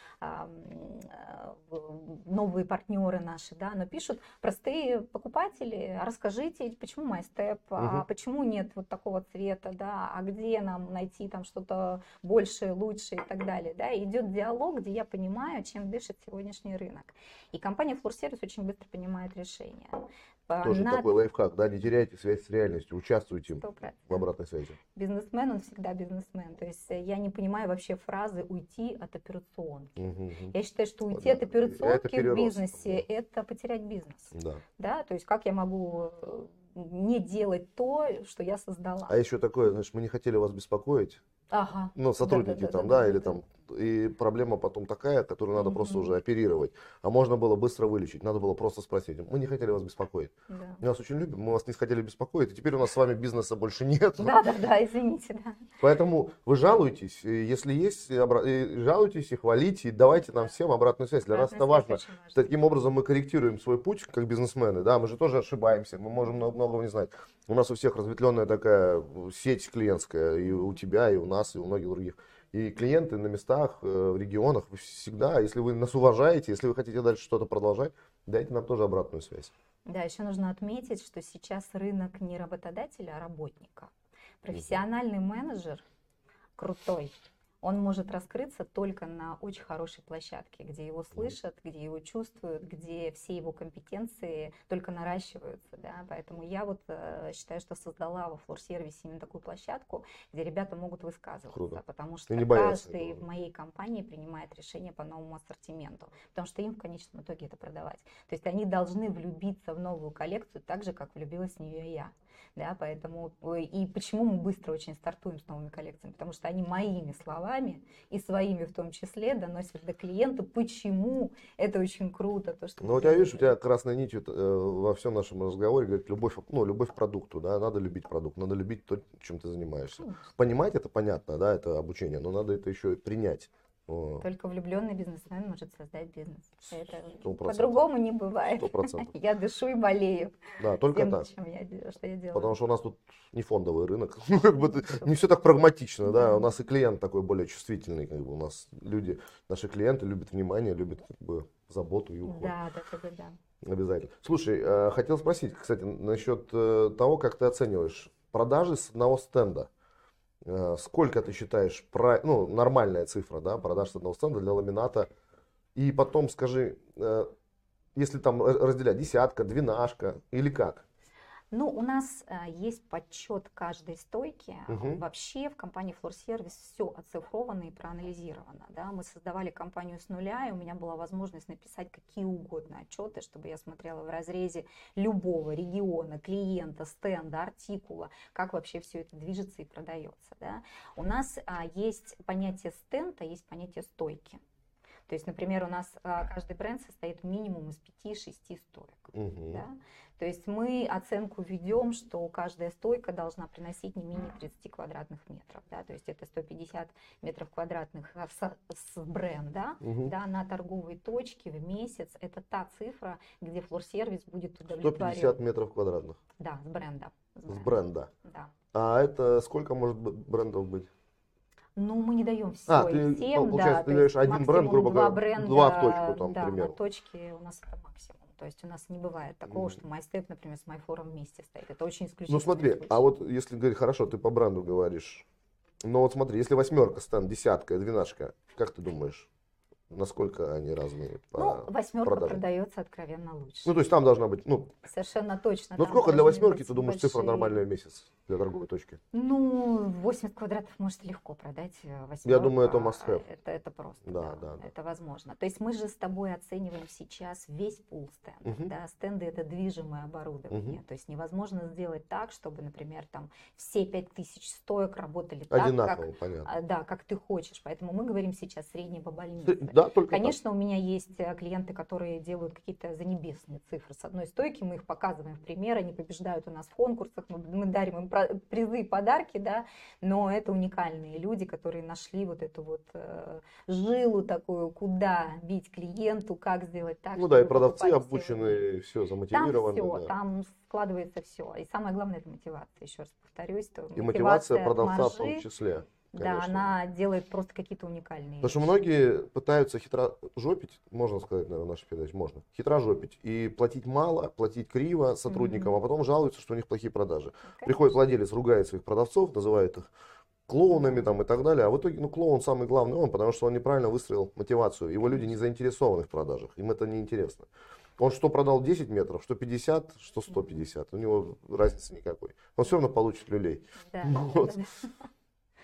новые партнеры наши, да, но пишут простые покупатели, расскажите, почему MyStep, а почему нет вот такого цвета, да, а где нам найти там что-то большее, лучше и так далее, да, и идет диалог, где я понимаю, чем дышит сегодняшний рынок. И компания Floor Service очень быстро принимает решения. Тоже такой лайфхак, да, не теряйте связь с реальностью, участвуйте 100%. в обратной связи. Бизнесмен, он всегда бизнесмен. То есть я не понимаю вообще фразы «уйти от операционки». Я считаю, что уйти от операционки в бизнесе – это потерять бизнес. Да. Да? То есть как я могу не делать то, что я создала. А еще такое, значит, мы не хотели вас беспокоить. Ага. Ну, сотрудники там, да, или там, и проблема потом такая, которую надо просто уже оперировать. А можно было быстро вылечить, надо было просто спросить. Мы не хотели вас беспокоить. Да. Мы вас очень любим, мы вас не хотели беспокоить, и теперь у нас с вами бизнеса больше нет. Да, извините, да. Поэтому вы жалуетесь, и если есть, и жалуйтесь, и хвалите, и давайте нам всем обратную связь. Для нас это важно. Таким образом мы корректируем свой путь, как бизнесмены, да, мы же тоже ошибаемся, мы можем многого не знать. У нас у всех разветвленная такая сеть клиентская, и у тебя, и у нас, и у многих других. И клиенты на местах, в регионах, вы всегда, если вы нас уважаете, если вы хотите дальше что-то продолжать, дайте нам тоже обратную связь. Да, еще нужно отметить, что сейчас рынок не работодателя, а работника. Профессиональный менеджер крутой, он может раскрыться только на очень хорошей площадке, где его слышат, где его чувствуют, где все его компетенции только наращиваются. Да? Поэтому я вот считаю, что создала во флор-сервисе именно такую площадку, где ребята могут высказываться. Круто. Потому что каждый в моей компании принимает решение по новому ассортименту. Потому что им в конечном итоге это продавать. То есть они должны влюбиться в новую коллекцию так же, как влюбилась в нее и я. Да, поэтому и почему мы быстро очень стартуем с новыми коллекциями? Потому что они моими словами и своими в том числе доносят до клиента, почему это очень круто. То, что ну, у тебя, видишь, у тебя красной нитью во всем нашем разговоре говорит любовь, ну, любовь к продукту, да, надо любить продукт, надо любить то, чем ты занимаешься. Понимать это понятно, да, это обучение, но надо это еще и принять. Только влюбленный бизнесмен может создать бизнес. Это 100%. По-другому не бывает. 100%. Я дышу и болею. Да, только тем, так. что я делаю. Потому что у нас тут не фондовый рынок. Не все так прагматично, да. У нас и клиент такой более чувствительный. Как бы. У нас люди, наши клиенты любят внимание, любят как бы заботу и уход. Да. Обязательно. Слушай, хотел спросить, кстати, насчет того, как ты оцениваешь продажи с одного стенда. Сколько ты считаешь, нормальная цифра, да, продаж с одного стенда для ламината? И потом скажи, если там разделять десятка, двенашка или как? Ну, у нас есть подсчет каждой стойки. Вообще в компании Floor Service все оцифровано и проанализировано. Да? Мы создавали компанию с нуля, и у меня была возможность написать какие угодно отчеты, чтобы я смотрела в разрезе любого региона, клиента, стенда, артикула, как вообще все это движется и продается. Да? У нас есть понятие стенда, есть понятие стойки. То есть, например, у нас каждый бренд состоит минимум из 5-6 стоек. Да? То есть мы оценку ведем, что каждая стойка должна приносить не менее 30 квадратных метров. Да? То есть это 150 метров квадратных с бренда, да, на торговой точке в месяц. Это та цифра, где флор-сервис будет удовлетворен. 150 метров квадратных? Да, с бренда. С бренда? Да. А это сколько может брендов быть? Ну, мы не даем все и всем, получается, ты даешь один бренд, грубо говоря, два в точку, там, да, примерно. На точке у нас это максимум. То есть у нас не бывает такого, что MyStep, например, с MyForum вместе стоит. Это очень исключительно. Ну смотри, а вот если говорить, хорошо, ты по бренду говоришь, но вот смотри, если восьмерка стенд, десятка, двенашка, как ты думаешь? Насколько они разные по восьмерка продается откровенно лучше. Ну, то есть там должна быть, совершенно точно. Ну, сколько для восьмерки, ты думаешь, цифра нормальная в месяц для торговой точки? Ну, 80 квадратов может легко продать восьмерку. Я думаю, это must have. Это просто, да. Это возможно. То есть мы же с тобой оцениваем сейчас весь пул стендов. Да? Стенды — это движимое оборудование. То есть невозможно сделать так, чтобы, например, там все 5000 стоек работали одинаково, так, понятно. Да, как ты хочешь. Поэтому мы говорим сейчас средние по больнице. Да, только конечно, так. У меня есть клиенты, которые делают какие-то занебесные цифры. С одной стойки мы их показываем в пример, они побеждают у нас в конкурсах, мы дарим им призы и подарки, да, но это уникальные люди, которые нашли вот эту вот жилу такую, куда бить клиенту, как сделать так. Ну да, и продавцы обучены, все замотивированы. Там все, там складывается все. И самое главное — это мотивация, еще раз повторюсь. И мотивация продавца в том числе. Конечно. Да, она делает просто какие-то уникальные Потому что многие пытаются хитрожопить, можно сказать, наверное, в нашей передаче, можно, хитрожопить и платить мало, платить криво сотрудникам, а потом жалуются, что у них плохие продажи. Конечно. Приходит владелец, ругает своих продавцов, называет их клоунами там, и так далее, а в итоге, клоун самый главный он, потому что он неправильно выстроил мотивацию. Его люди не заинтересованы в продажах, им это не интересно. Он что продал 10 метров, что 50, что 150, у него разницы никакой. Он все равно получит люлей. Да, вот.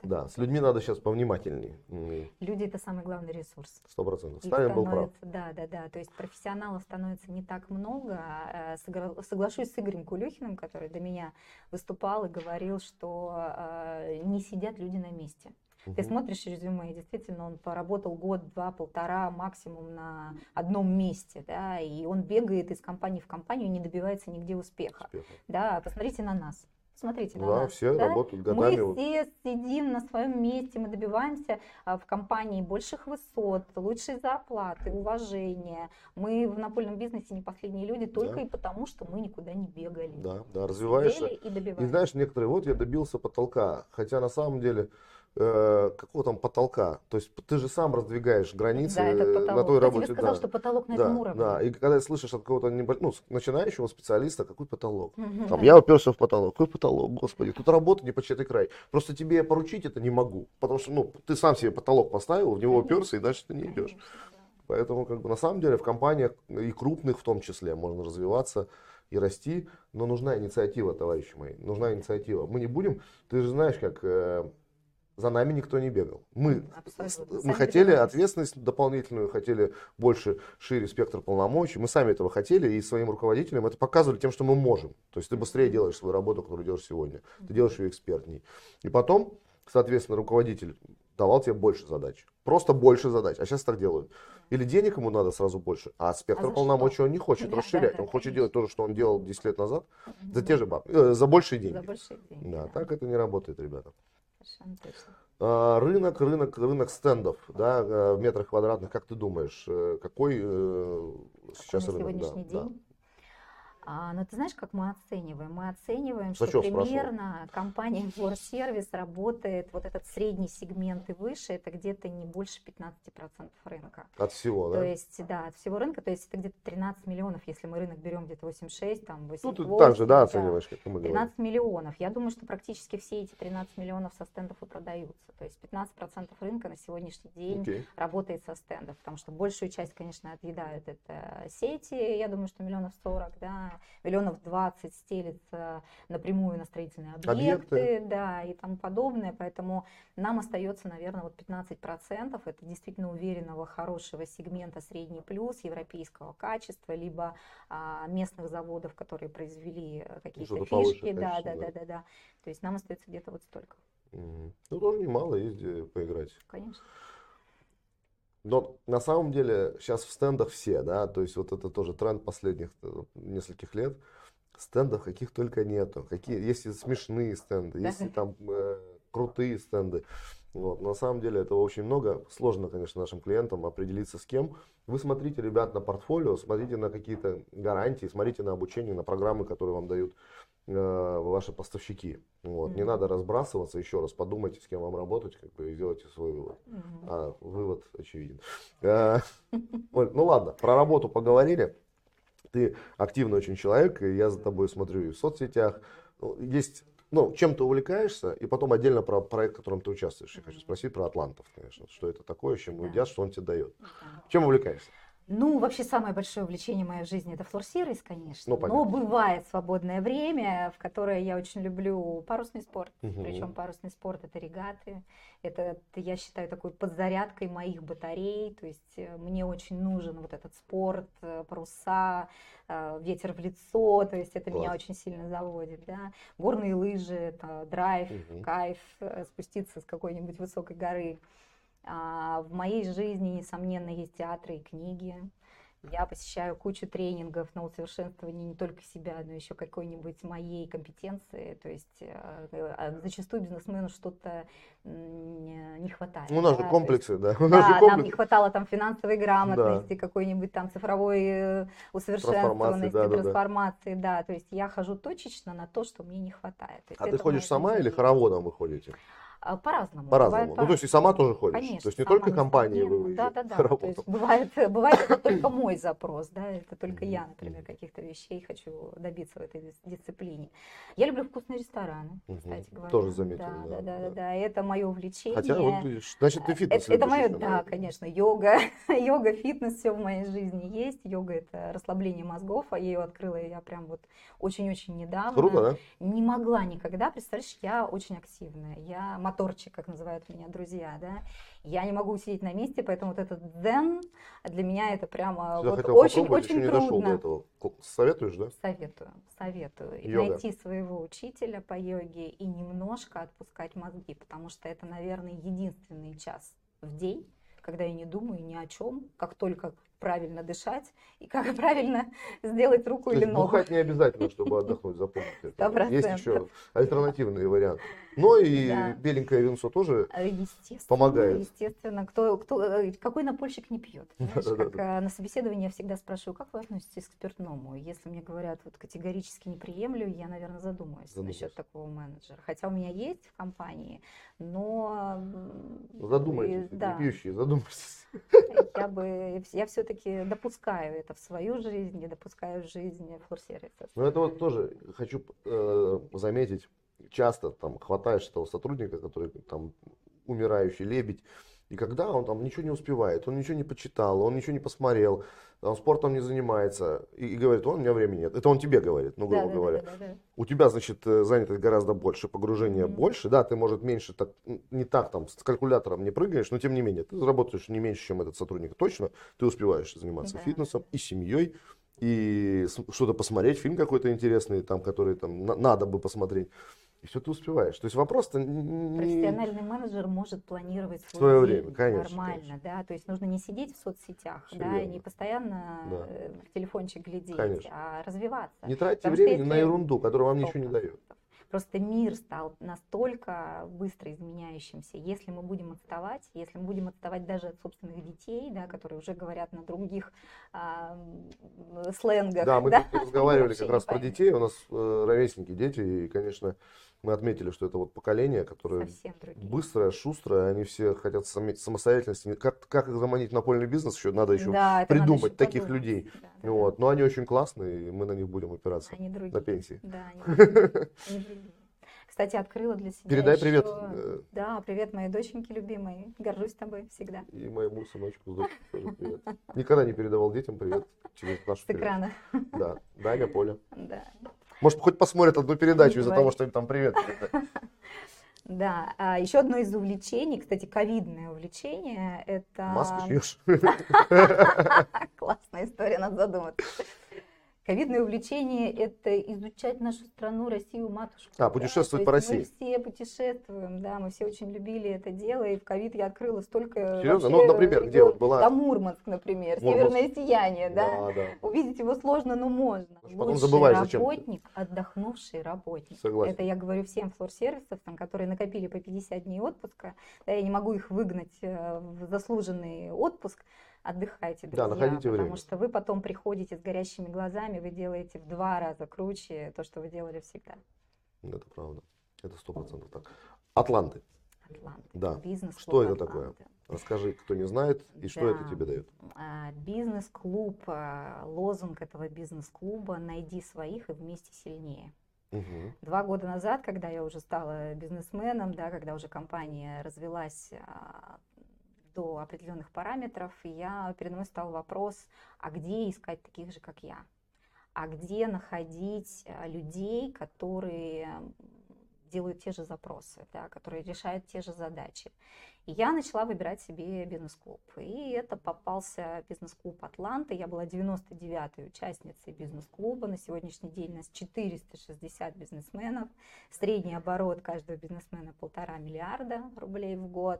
Да, с людьми надо сейчас повнимательней. Люди — это самый главный ресурс. 100%. Их Сталин был прав. становится, да. То есть профессионалов становится не так много. Соглашусь с Игорем Кулюхиным, который до меня выступал и говорил, что не сидят люди на месте. Ты смотришь резюме, и действительно он поработал год, два, полтора максимум на одном месте, да, и он бегает из компании в компанию и не добивается нигде успеха. Да, посмотрите на нас. Смотрите на нас. Все да? работают годами. Мы все сидим на своем месте, мы добиваемся в компании больших высот, лучшей зарплаты, уважения. Мы в напольном бизнесе не последние люди только и потому, что мы никуда не бегали. Да, развиваешься. И добиваемся. И знаешь, некоторые, я добился потолка, хотя на самом деле какого там потолка? То есть ты же сам раздвигаешь границы на той работе. Кто тебе сказал, что потолок на этом уровне? Да, и когда слышишь от какого-то начинающего специалиста, какой потолок? Я уперся в потолок. Какой потолок, господи? Тут работа не початый край. Просто тебе поручить это не могу. Потому что ты сам себе потолок поставил, в него уперся, и дальше ты не идешь. Поэтому на самом деле в компаниях, и крупных в том числе, можно развиваться и расти. Но нужна инициатива, товарищи мои. Нужна инициатива. Мы не будем, ты же знаешь, как... За нами никто не бегал. Мы хотели ответственность дополнительную, хотели больше, шире спектр полномочий. Мы сами этого хотели и своим руководителям это показывали тем, что мы можем. То есть ты быстрее делаешь свою работу, которую делаешь сегодня. Ты делаешь ее экспертней. И потом, соответственно, руководитель давал тебе больше задач. Просто больше задач. А сейчас так делают. Или денег ему надо сразу больше, а спектр полномочий он не хочет расширять. Он хочет делать то же, что он делал 10 лет назад, за те же бабки, за большие деньги. Да, так это не работает, ребята. Рынок стендов, да, в метрах квадратных, как ты думаешь, какой сейчас на рынок? Сегодняшний день? Но ты знаешь, как мы оцениваем? Мы оцениваем, что Зачем примерно компания Флорсервис работает, вот этот средний сегмент и выше, это где-то не больше 15% рынка. От всего, да? То есть, да, от всего рынка, то есть это где-то 13 миллионов, если мы рынок берем где-то 8,6, там 8,8. Ты так же, да, оцениваешь, как мы говорим. 13 миллионов. Я думаю, что практически все эти 13 миллионов со стендов и продаются. То есть 15% рынка на сегодняшний день работает со стендов, потому что большую часть, конечно, отъедают это сети, я думаю, что 40 миллионов, да, миллионов 20 стелится напрямую на строительные объекты, да, и тому подобное, поэтому нам остается, наверное, 15%, это действительно уверенного, хорошего сегмента средний плюс, европейского качества, либо местных заводов, которые произвели какие-то фишки, да. То есть нам остается где-то вот столько. Тоже немало, есть где поиграть. Конечно. Но на самом деле сейчас в стендах все, да, то есть это тоже тренд последних нескольких лет. Стендов каких только нету. Есть и смешные стенды, есть и там крутые стенды. На самом деле этого очень много. Сложно, конечно, нашим клиентам определиться с кем. Вы смотрите, ребят, на портфолио, смотрите на какие-то гарантии, смотрите на обучение, на программы, которые вам дают ваши поставщики. Не надо разбрасываться, еще раз подумайте, с кем вам работать, и сделайте свой вывод. А вывод очевиден. Оль, ладно, про работу поговорили. Ты активный очень человек, и я за тобой смотрю и в соцсетях. Есть, чем ты увлекаешься, и потом отдельно про проект, в котором ты участвуешь. Я хочу спросить про Атлантов, конечно. Что это такое, с чем вы едят, что он тебе дает. Чем увлекаешься? Вообще самое большое увлечение моей жизни — это флорсервис, конечно. Но бывает свободное время, в которое я очень люблю парусный спорт. Причем парусный спорт — это регаты. Это, я считаю, такой подзарядкой моих батарей. То есть мне очень нужен вот этот спорт, паруса, ветер в лицо. То есть это меня очень сильно заводит. Да? Горные лыжи, это драйв, кайф, спуститься с какой-нибудь высокой горы. В моей жизни, несомненно, есть театры и книги. Я посещаю кучу тренингов на усовершенствование не только себя, но еще какой-нибудь моей компетенции. То есть зачастую бизнесмену что-то не хватает. У нас же комплексы, да. Нам не хватало там финансовой грамотности, какой-нибудь там цифровой усовершенствованности, трансформации. Да. То есть я хожу точечно на то, что мне не хватает. А ты ходишь сама или хороводом вы ходите? По-разному. По-разному. То есть и сама тоже ходишь? Конечно, то есть не только компании вы выезжаете? Да. То есть бывает это только мой запрос, да, это только я, например, каких-то вещей хочу добиться в этой дисциплине. Я люблю вкусные рестораны, кстати говоря. Тоже заметил. Да, это мое увлечение. Хотя выглядишь, значит, ты фитнес это мое, да, конечно, йога, фитнес, все в моей жизни есть. Йога — это расслабление мозгов, а я ее открыла я прям очень-очень недавно. Круто, да? Не могла никогда, представляешь, я очень активная. Я моторчик, как называют меня друзья, да. Я не могу сидеть на месте, поэтому вот этот дзен для меня это прямо Всегда вот хотел очень, попробовать, очень еще не дошел до трудно. этого. Советуешь, да? Советую. И Йога. найти своего учителя по йоге и немножко отпускать мозги, потому что это, наверное, единственный час в день, когда я не думаю ни о чем, как только правильно дышать и как правильно сделать руку То или есть ногу. бухать не обязательно, чтобы отдохнуть, запомните это. 100%. Есть еще альтернативные варианты. Но и Да. беленькое винцо тоже Естественно, помогает. естественно. Какой напольщик не пьет? Знаешь, Да-да-да. как на собеседовании я всегда спрашиваю, как вы относитесь к спиртному? Если мне говорят, вот категорически не приемлю, я, наверное, задумаюсь насчет такого менеджера. Хотя у меня есть в компании, но... Задумайтесь, да, не пьющие, задумайтесь. я все-таки допускаю это в свою жизнь и допускаю в жизнь флорсервиса. Но это вот тоже хочу заметить, часто там хватаешь этого сотрудника, который там умирающий лебедь, и когда он там ничего не успевает, он ничего не почитал, он ничего не посмотрел, он спортом не занимается, и говорит, у меня времени нет. Это он тебе говорит, ну, грубо говоря. Да. У тебя, значит, занятость гораздо больше, погружение больше, да, ты, может, меньше, так, не так там с калькулятором не прыгаешь, но тем не менее, ты заработаешь не меньше, чем этот сотрудник, точно, ты успеваешь заниматься фитнесом и семьей, и что-то посмотреть, фильм какой-то интересный, там, который там надо бы посмотреть. И все ты успеваешь. То есть вопрос-то профессиональный менеджер может планировать свое свой время, день конечно, нормально, конечно. да. То есть нужно не сидеть в соцсетях, Всё да, верно. не постоянно Да. в телефончик глядеть, Конечно. а развиваться. Не тратьте Потому что времени на если- ерунду, которая вам ничего не 100%. дает. Просто мир стал настолько быстро изменяющимся. Если мы будем отставать даже от собственных детей, да, которые уже говорят на других сленгах. Да, мы да, тут разговаривали вообще как не раз про поймешь. детей. У нас ровесники, дети, и, конечно, мы отметили, что это вот поколение, которое Совсем другие. быстрое, шустрое, они все хотят самостоятельности. Как их заманить в напольный бизнес, еще надо еще Да, это надо придумать еще таких подумать. людей. Да. Вот. Но они очень классные, и мы на них будем опираться Они другие. на пенсии. Да, они другие. Они другие. Кстати, открыла для себя Передай еще- привет. Да, привет моей доченьке любимой. Горжусь тобой всегда. И моему сыночку с дочкой тоже привет. Никогда не передавал детям привет через нашу С передачу. экрана. Да, Даня, Поля. Да. Может, хоть посмотрят одну передачу из-за Говори. того, что им там привет передать. Да, еще одно из увлечений, кстати, ковидное увлечение, это... Маски шьешь. Классная история, надо задуматься. Ковидное увлечение – это изучать нашу страну, Россию, матушку. А, путешествовать по То есть России. Мы все путешествуем, да, мы все очень любили это дело, и в ковид я открыла столько Серьезно? вообще Ну, например, где вот была? Да, Мурманск, например, Мурманск. Северное сияние, да. Да. Увидеть его сложно, но можно. Потому что потом Лучший забываешь, зачем ты. работник, отдохнувший работник. Согласен. Это я говорю всем флорсервисовцам, которые накопили по 50 дней отпуска. Да, я не могу их выгнать в заслуженный отпуск. Отдыхайте, Да, друзья, находите потому время. что вы потом приходите с горящими глазами, вы делаете в 2 раза круче то, что вы делали всегда. Это правда. Это 100% так. Атланты. Атланты. Да. Бизнес-клуб Что это Атланты. такое? Расскажи, кто не знает, и что это Да. тебе дает. Бизнес-клуб, лозунг этого бизнес-клуба «Найди своих и вместе сильнее». Мгм. 2 года назад, когда я уже стала бизнесменом, да, когда уже компания развелась до определенных параметров, передо мной стал вопрос, а где искать таких же, как я? А где находить людей, которые делают те же запросы, да, которые решают те же задачи. И я начала выбирать себе бизнес-клуб. И это попался бизнес-клуб «Атланта». Я была 99-й участницей бизнес-клуба. На сегодняшний день у нас 460 бизнесменов. Средний оборот каждого бизнесмена 1,5 миллиарда рублей в год.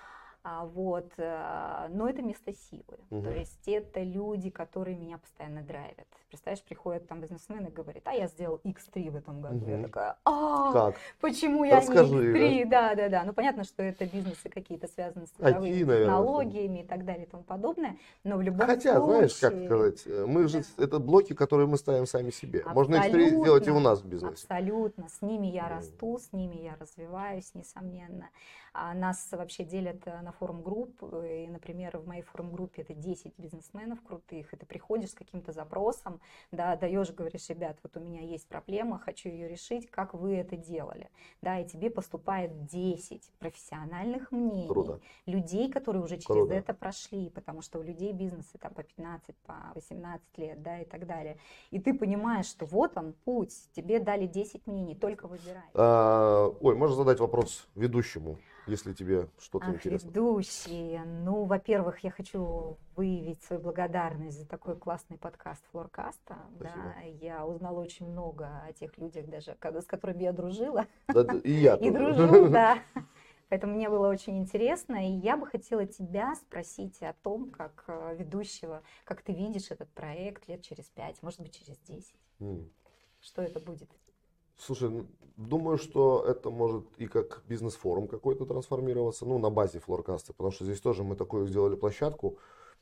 Но это место силы. То есть это люди, которые меня постоянно драйвят. Представляешь, приходят там бизнесмены и говорят, я сделал X3 в этом году. Я такая, Как? почему я Расскажи, не X3? Да. Ну, понятно, что это бизнесы какие-то связаны с цифровыми IT, наверное, технологиями и так далее и тому подобное. Но в любом Хотя, знаешь, как случае... сказать, мы же, это блоки, которые мы ставим сами себе. Можно X3 Абсолютно, сделать и у нас в бизнесе. Абсолютно. С ними я расту, с ними я развиваюсь, несомненно. Нас вообще делят на форум-групп, и, например, в моей форум-группе это 10 бизнесменов крутых, и ты приходишь с каким-то запросом, да, даешь, говоришь: ребят, вот у меня есть проблема, хочу ее решить, как вы это делали, да, и тебе поступает 10 профессиональных мнений, Круто. людей, которые уже через Круто. это прошли, потому что у людей бизнесы там по 15, по 18 лет, да, и так далее. И ты понимаешь, что вот он путь, тебе дали 10 мнений, только выбирай. Ой, можно задать вопрос ведущему, если тебе что-то интересно. Ведущий, ну, во-первых, я хочу выявить свою благодарность за такой классный подкаст Флоркаста. Да, я узнала очень много о тех людях, даже с которыми я дружила. И я И тоже. дружу, да. Поэтому мне было очень интересно, и я бы хотела тебя спросить о том, как ведущего, как ты видишь этот проект лет через 5, может быть, через 10. Что это будет? Слушай, думаю, что это может и как бизнес-форум какой-то трансформироваться, ну, на базе Флоркаста, потому что здесь тоже мы такую сделали площадку,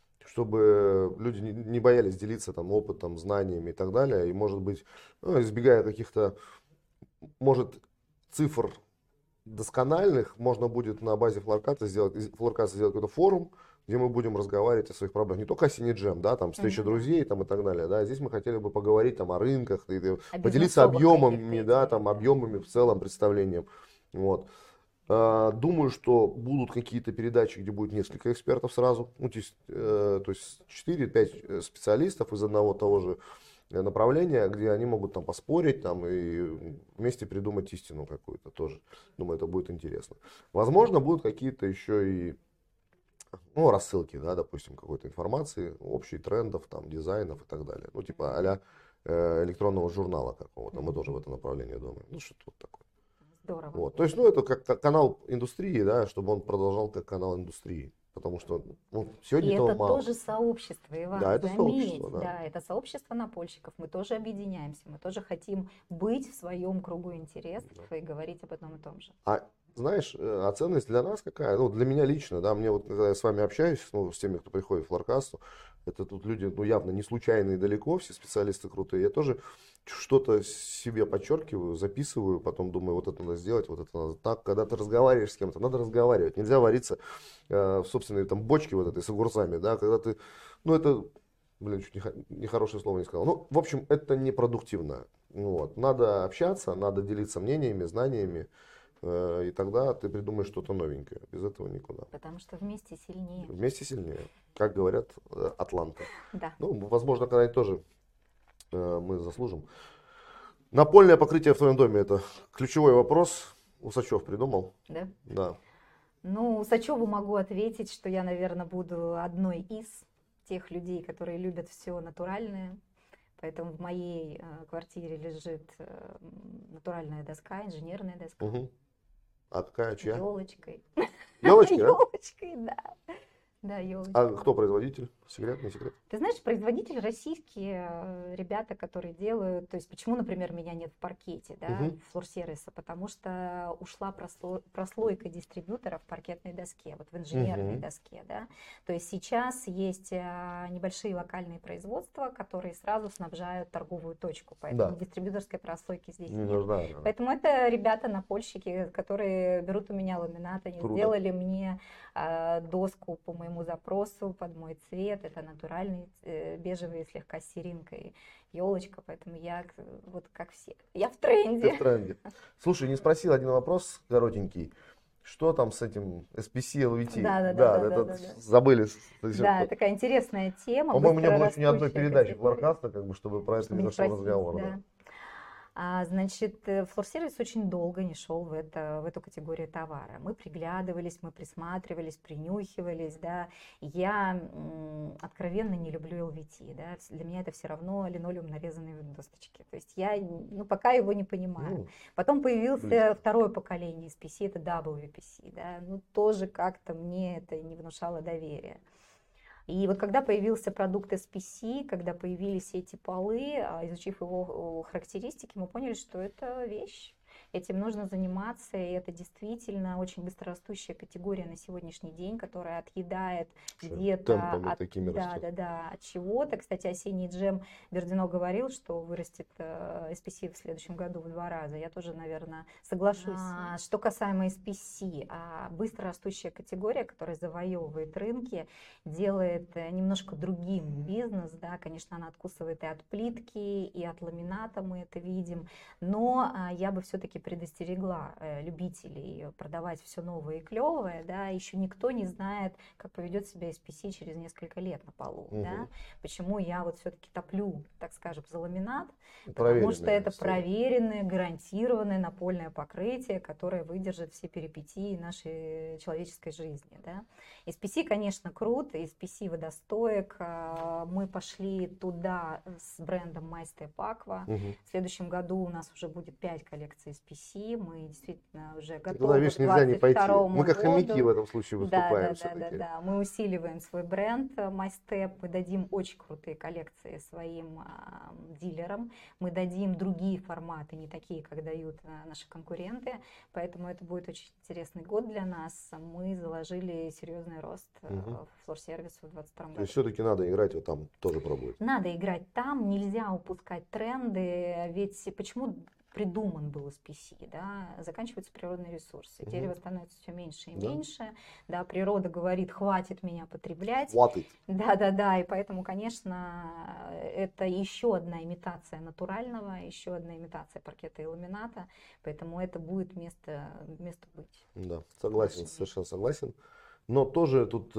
чтобы люди не боялись делиться там опытом, знаниями и так далее, и, может быть, ну, избегая каких-то, может, цифр доскональных, можно будет на базе Флоркаста сделать какой-то форум, где мы будем разговаривать о своих проблемах. Не только о Синеджем, да, там встреча друзей там, и так далее. Да. Здесь мы хотели бы поговорить там, о рынках, поделиться объемами, да, там, объемами в целом, представлением. Вот. Думаю, что будут какие-то передачи, где будет несколько экспертов сразу. Ну, то есть 4-5 специалистов из одного того же направления, где они могут там поспорить там, и вместе придумать истину какую-то тоже. Думаю, это будет интересно. Возможно, будут какие-то еще и рассылки, да, допустим, какой-то информации, общей трендов, там, дизайнов и так далее. Ну, типа а-ля электронного журнала какого-то. Мы тоже в это направление думаем. Ну, что-то вот такое. Здорово. Вот. То есть, это как канал индустрии, да, чтобы он продолжал как канал индустрии. Потому что сегодня и этого это мало. тоже сообщество, Иван, да, это заметь, сообщество, да. Да, это сообщество напольщиков, мы тоже объединяемся, мы тоже хотим быть в своем кругу интересов и говорить об одном и том же. Знаешь, ценность для нас какая? Ну, для меня лично, да, мне вот, когда я с вами общаюсь, с теми, кто приходит в Флоркасту, это тут люди, явно не случайные далеко, все специалисты крутые, я тоже что-то себе подчеркиваю, записываю, потом думаю, вот это надо сделать, вот это надо так. Когда ты разговариваешь с кем-то, надо разговаривать, нельзя вариться в собственной там бочке вот этой с огурцами, да, когда ты, это, чуть нехорошее слово не сказал, в общем, это непродуктивно, вот, надо общаться, надо делиться мнениями, знаниями, и тогда ты придумаешь что-то новенькое. Без этого никуда. Потому что вместе сильнее. Вместе сильнее. Как говорят атланты. Да. Возможно, когда-нибудь тоже мы заслужим. Напольное покрытие в твоем доме — это ключевой вопрос. Усачев придумал. Да? Да. Усачеву могу ответить, что я, наверное, буду одной из тех людей, которые любят все натуральное. Поэтому в моей квартире лежит натуральная доска, инженерная доска. Угу. А какая, чья? Елочкой. Елочкой, да? Елочкой, да. Да, елочкой. А кто производитель? Секрет, не секрет? Ты знаешь, производитель российские ребята, которые делают, то есть почему, например, меня нет в паркете, да, флорсервиса, потому что ушла прослойка дистрибьютора в паркетной доске, вот в инженерной доске, да. То есть сейчас есть небольшие локальные производства, которые сразу снабжают торговую точку, поэтому дистрибьюторской прослойки здесь не нет. нужна. Поэтому это ребята-напольщики, которые берут у меня ламинат, они сделали мне доску по моему запросу, под мой цвет. Это натуральный бежевый, слегка с серинкой елочка, поэтому я вот как все. Я в тренде. Ты в тренде. Слушай, не спросил один вопрос коротенький. Что там с этим SPC LVT? Да. Забыли. Да, такая интересная тема. По-моему, не было еще ни одной передачи Флоркаста, чтобы про это не зашел разговор. Да. Значит, флорсервис очень долго не шел в эту категорию товара. Мы приглядывались, мы присматривались, принюхивались, да. Я откровенно не люблю LVT, да. Для меня это все равно линолеум, нарезанный в досточке. То есть я, пока его не понимаю. Потом появился второе поколение SPC, это WPC, да. Тоже как-то мне это не внушало доверия. И вот когда появился продукт SPC, когда появились эти полы, изучив его характеристики, мы поняли, что это вещь. этим нужно заниматься, и это действительно очень быстрорастущая категория на сегодняшний день, которая отъедает где-то темпами такими растет. от чего-то. Кстати, осенний джем Бердино говорил, что вырастет SPC в следующем году в 2 раза. Я тоже, наверное, соглашусь. Что касаемо SPC, быстрорастущая категория, которая завоевывает рынки, делает немножко другим бизнес, да, конечно, она откусывает и от плитки, и от ламината, мы это видим, но я бы все-таки предостерегла любителей продавать все новое и клевое, да, еще никто не знает, как поведет себя SPC через несколько лет на полу, да, почему я вот все-таки топлю, так скажем, за ламинат, потому что это проверенное, гарантированное напольное покрытие, которое выдержит все перипетии нашей человеческой жизни, да. SPC, конечно, крут, SPC водостоек, мы пошли туда с брендом MyStep Aqua. В следующем году у нас уже будет 5 коллекций SPC, мы действительно уже готовы туда, видишь, нельзя не пойти. Мы как году. хомяки в этом случае выступаем. Да, мы усиливаем свой бренд MyStep, мы дадим очень крутые коллекции своим дилерам, мы дадим другие форматы, не такие, как дают наши конкуренты, поэтому это будет очень интересный год для нас. Мы заложили серьезный рост в флор-сервису в 2022 году. То есть все-таки надо играть вот там, тоже пробовать. Надо играть там, нельзя упускать тренды, ведь почему придуман был SPC, да, заканчиваются природные ресурсы, дерево становится все меньше и меньше, да, природа говорит, хватит меня потреблять, хватит. Да, и поэтому, конечно, это еще одна имитация натурального, еще одна имитация паркета и ламината, поэтому это будет место быть. Да, согласен, совершенно согласен. Но тоже тут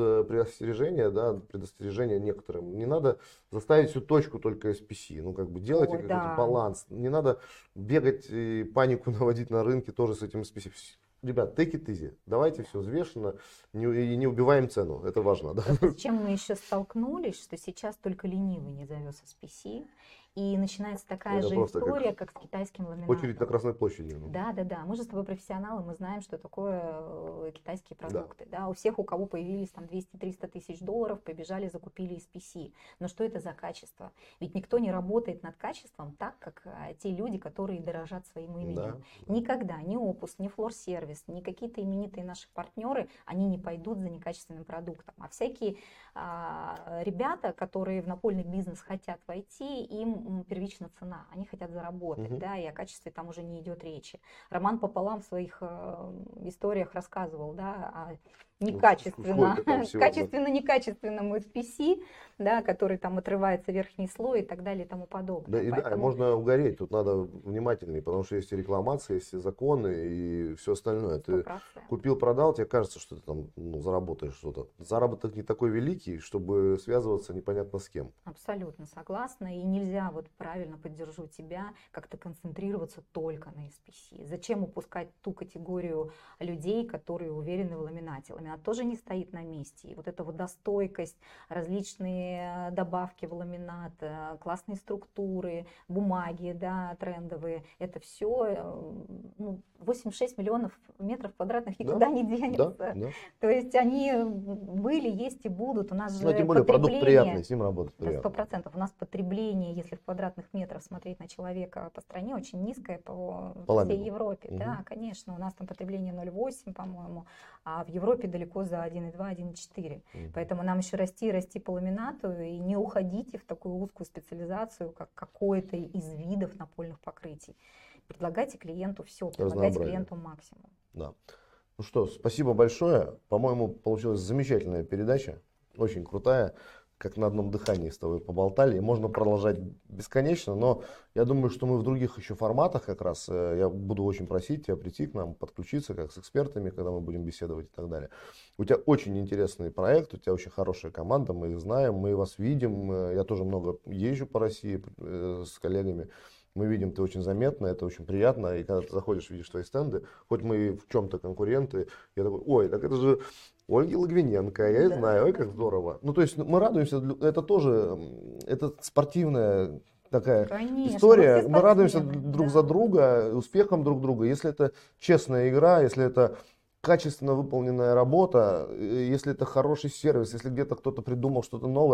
предостережение некоторым. Не надо заставить всю точку только SPC. Ну, как бы делайте какой-то баланс. Не надо бегать и панику наводить на рынке тоже с этим SPC. Ребят, take it easy. Давайте все взвешенно и не убиваем цену. Это важно. Да? С чем мы еще столкнулись, что сейчас только ленивый не завез SPC. И начинается такая же история, как с китайским ламинатом. Очередь на Красной площади. Да. Мы же с тобой профессионалы, мы знаем, что такое китайские продукты. Да. У всех, у кого появились там 200-300 тысяч долларов, побежали, закупили SPC. Но что это за качество? Ведь никто не работает над качеством так, как те люди, которые дорожат своим именем. Никогда ни Opus, ни флор-сервис, ни какие-то именитые наши партнеры, они не пойдут за некачественным продуктом. А всякие ребята, которые в напольный бизнес хотят войти, им первична цена, они хотят заработать, да, и о качестве там уже не идет речи. Роман пополам в своих историях рассказывал, да, о качественно-некачественном SPC, да, который там отрывается верхний слой и так далее и тому подобное. Да, поэтому... можно угореть, тут надо внимательнее, потому что есть и рекламация, есть и законы и все остальное. 100%. Ты купил-продал, тебе кажется, что ты там заработаешь что-то. Заработок не такой великий, чтобы связываться непонятно с кем. Абсолютно согласна, и нельзя, вот правильно поддержу тебя, как-то концентрироваться только на SPC. Зачем упускать ту категорию людей, которые уверены в ламинате? Ламинат тоже не стоит на месте. И вот эта водостойкость, различные добавки в ламинат, классные структуры, бумаги, да, трендовые, это все 86 миллионов метров квадратных никуда не денется. Да. То есть они были, есть и будут. У нас же тем более продукт приятный, с ним работать приятно. 100%. У нас потребление, если в квадратных метрах смотреть на человека по стране, очень низкое по всей Европе. Да, конечно. У нас там потребление 0,8, по-моему, а в Европе далеко за 1,2, 1,4. Поэтому нам еще расти по ламинату, и не уходите в такую узкую специализацию, как какой-то из видов напольных покрытий. Предлагайте клиенту все, предлагайте клиенту максимум. Да. Ну что, спасибо большое. По-моему, получилась замечательная передача, очень крутая. Как на одном дыхании с тобой поболтали. И можно продолжать бесконечно, но я думаю, что мы в других еще форматах как раз, я буду очень просить тебя прийти к нам, подключиться как с экспертами, когда мы будем беседовать и так далее. У тебя очень интересный проект, у тебя очень хорошая команда, мы их знаем, мы вас видим. Я тоже много езжу по России с коллегами. Мы видим, ты очень заметно, это очень приятно. И когда ты заходишь, видишь твои стенды, хоть мы и в чем-то конкуренты, я такой, ой, так это же Ольги Логвиненко, я знаю, ой, как здорово. Ну, то есть мы радуемся, это тоже, это спортивная такая история. Мы радуемся друг за друга, успехам друг друга. Если это честная игра, если это качественно выполненная работа, если это хороший сервис, если где-то кто-то придумал что-то новое,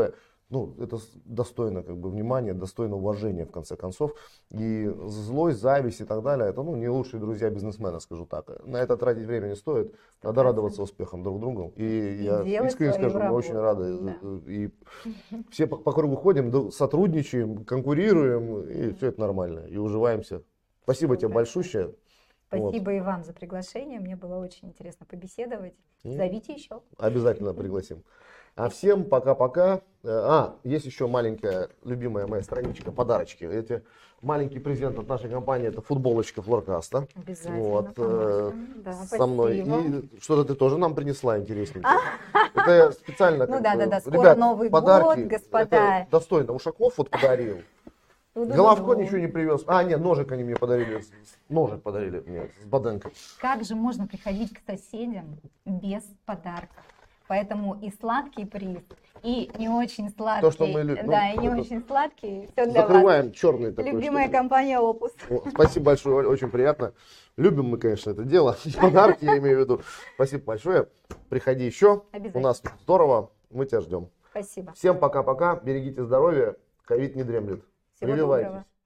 ну, это достойно как бы внимания, достойно уважения в конце концов. И злость, зависть и так далее, это, ну, не лучшие друзья бизнесмена, скажу так. На это тратить время не стоит. Надо радоваться успехам друг другу. И я делать искренне свою скажу, мы работу. очень рады. Да. И все по кругу ходим, сотрудничаем, конкурируем, и все это нормально. И уживаемся. Спасибо тебе большущее. Спасибо и вам за приглашение. Мне было очень интересно побеседовать. Зовите еще. Обязательно пригласим. А всем пока-пока. Есть еще маленькая, любимая моя страничка, подарочки. Эти маленький презент от нашей компании, это футболочка Флоркаста. Обязательно. Да, со мной. спасибо. И что-то ты тоже нам принесла интересненькое. Это я специально. Ну да, скоро ребят, Новый подарки, год, господа. Это достойно. Ушаков вот подарил. Головко ничего не привез. Нет, ножик они мне подарили. Ножик подарили мне с баденкой. Как же можно приходить к соседям без подарков? Поэтому и сладкий приз, и не очень сладкий. То, что мы любим. Да, и не очень сладкий. Все для Закрываем вас. черный такой. Любимая компания Opus. Спасибо большое, очень приятно. Любим мы, конечно, это дело. Подарки, я имею в виду. Спасибо большое. Приходи еще. У нас тут здорово. Мы тебя ждем. Спасибо. Всем пока-пока. Берегите здоровье. Ковид не дремлет. Всего Прививайтесь. доброго.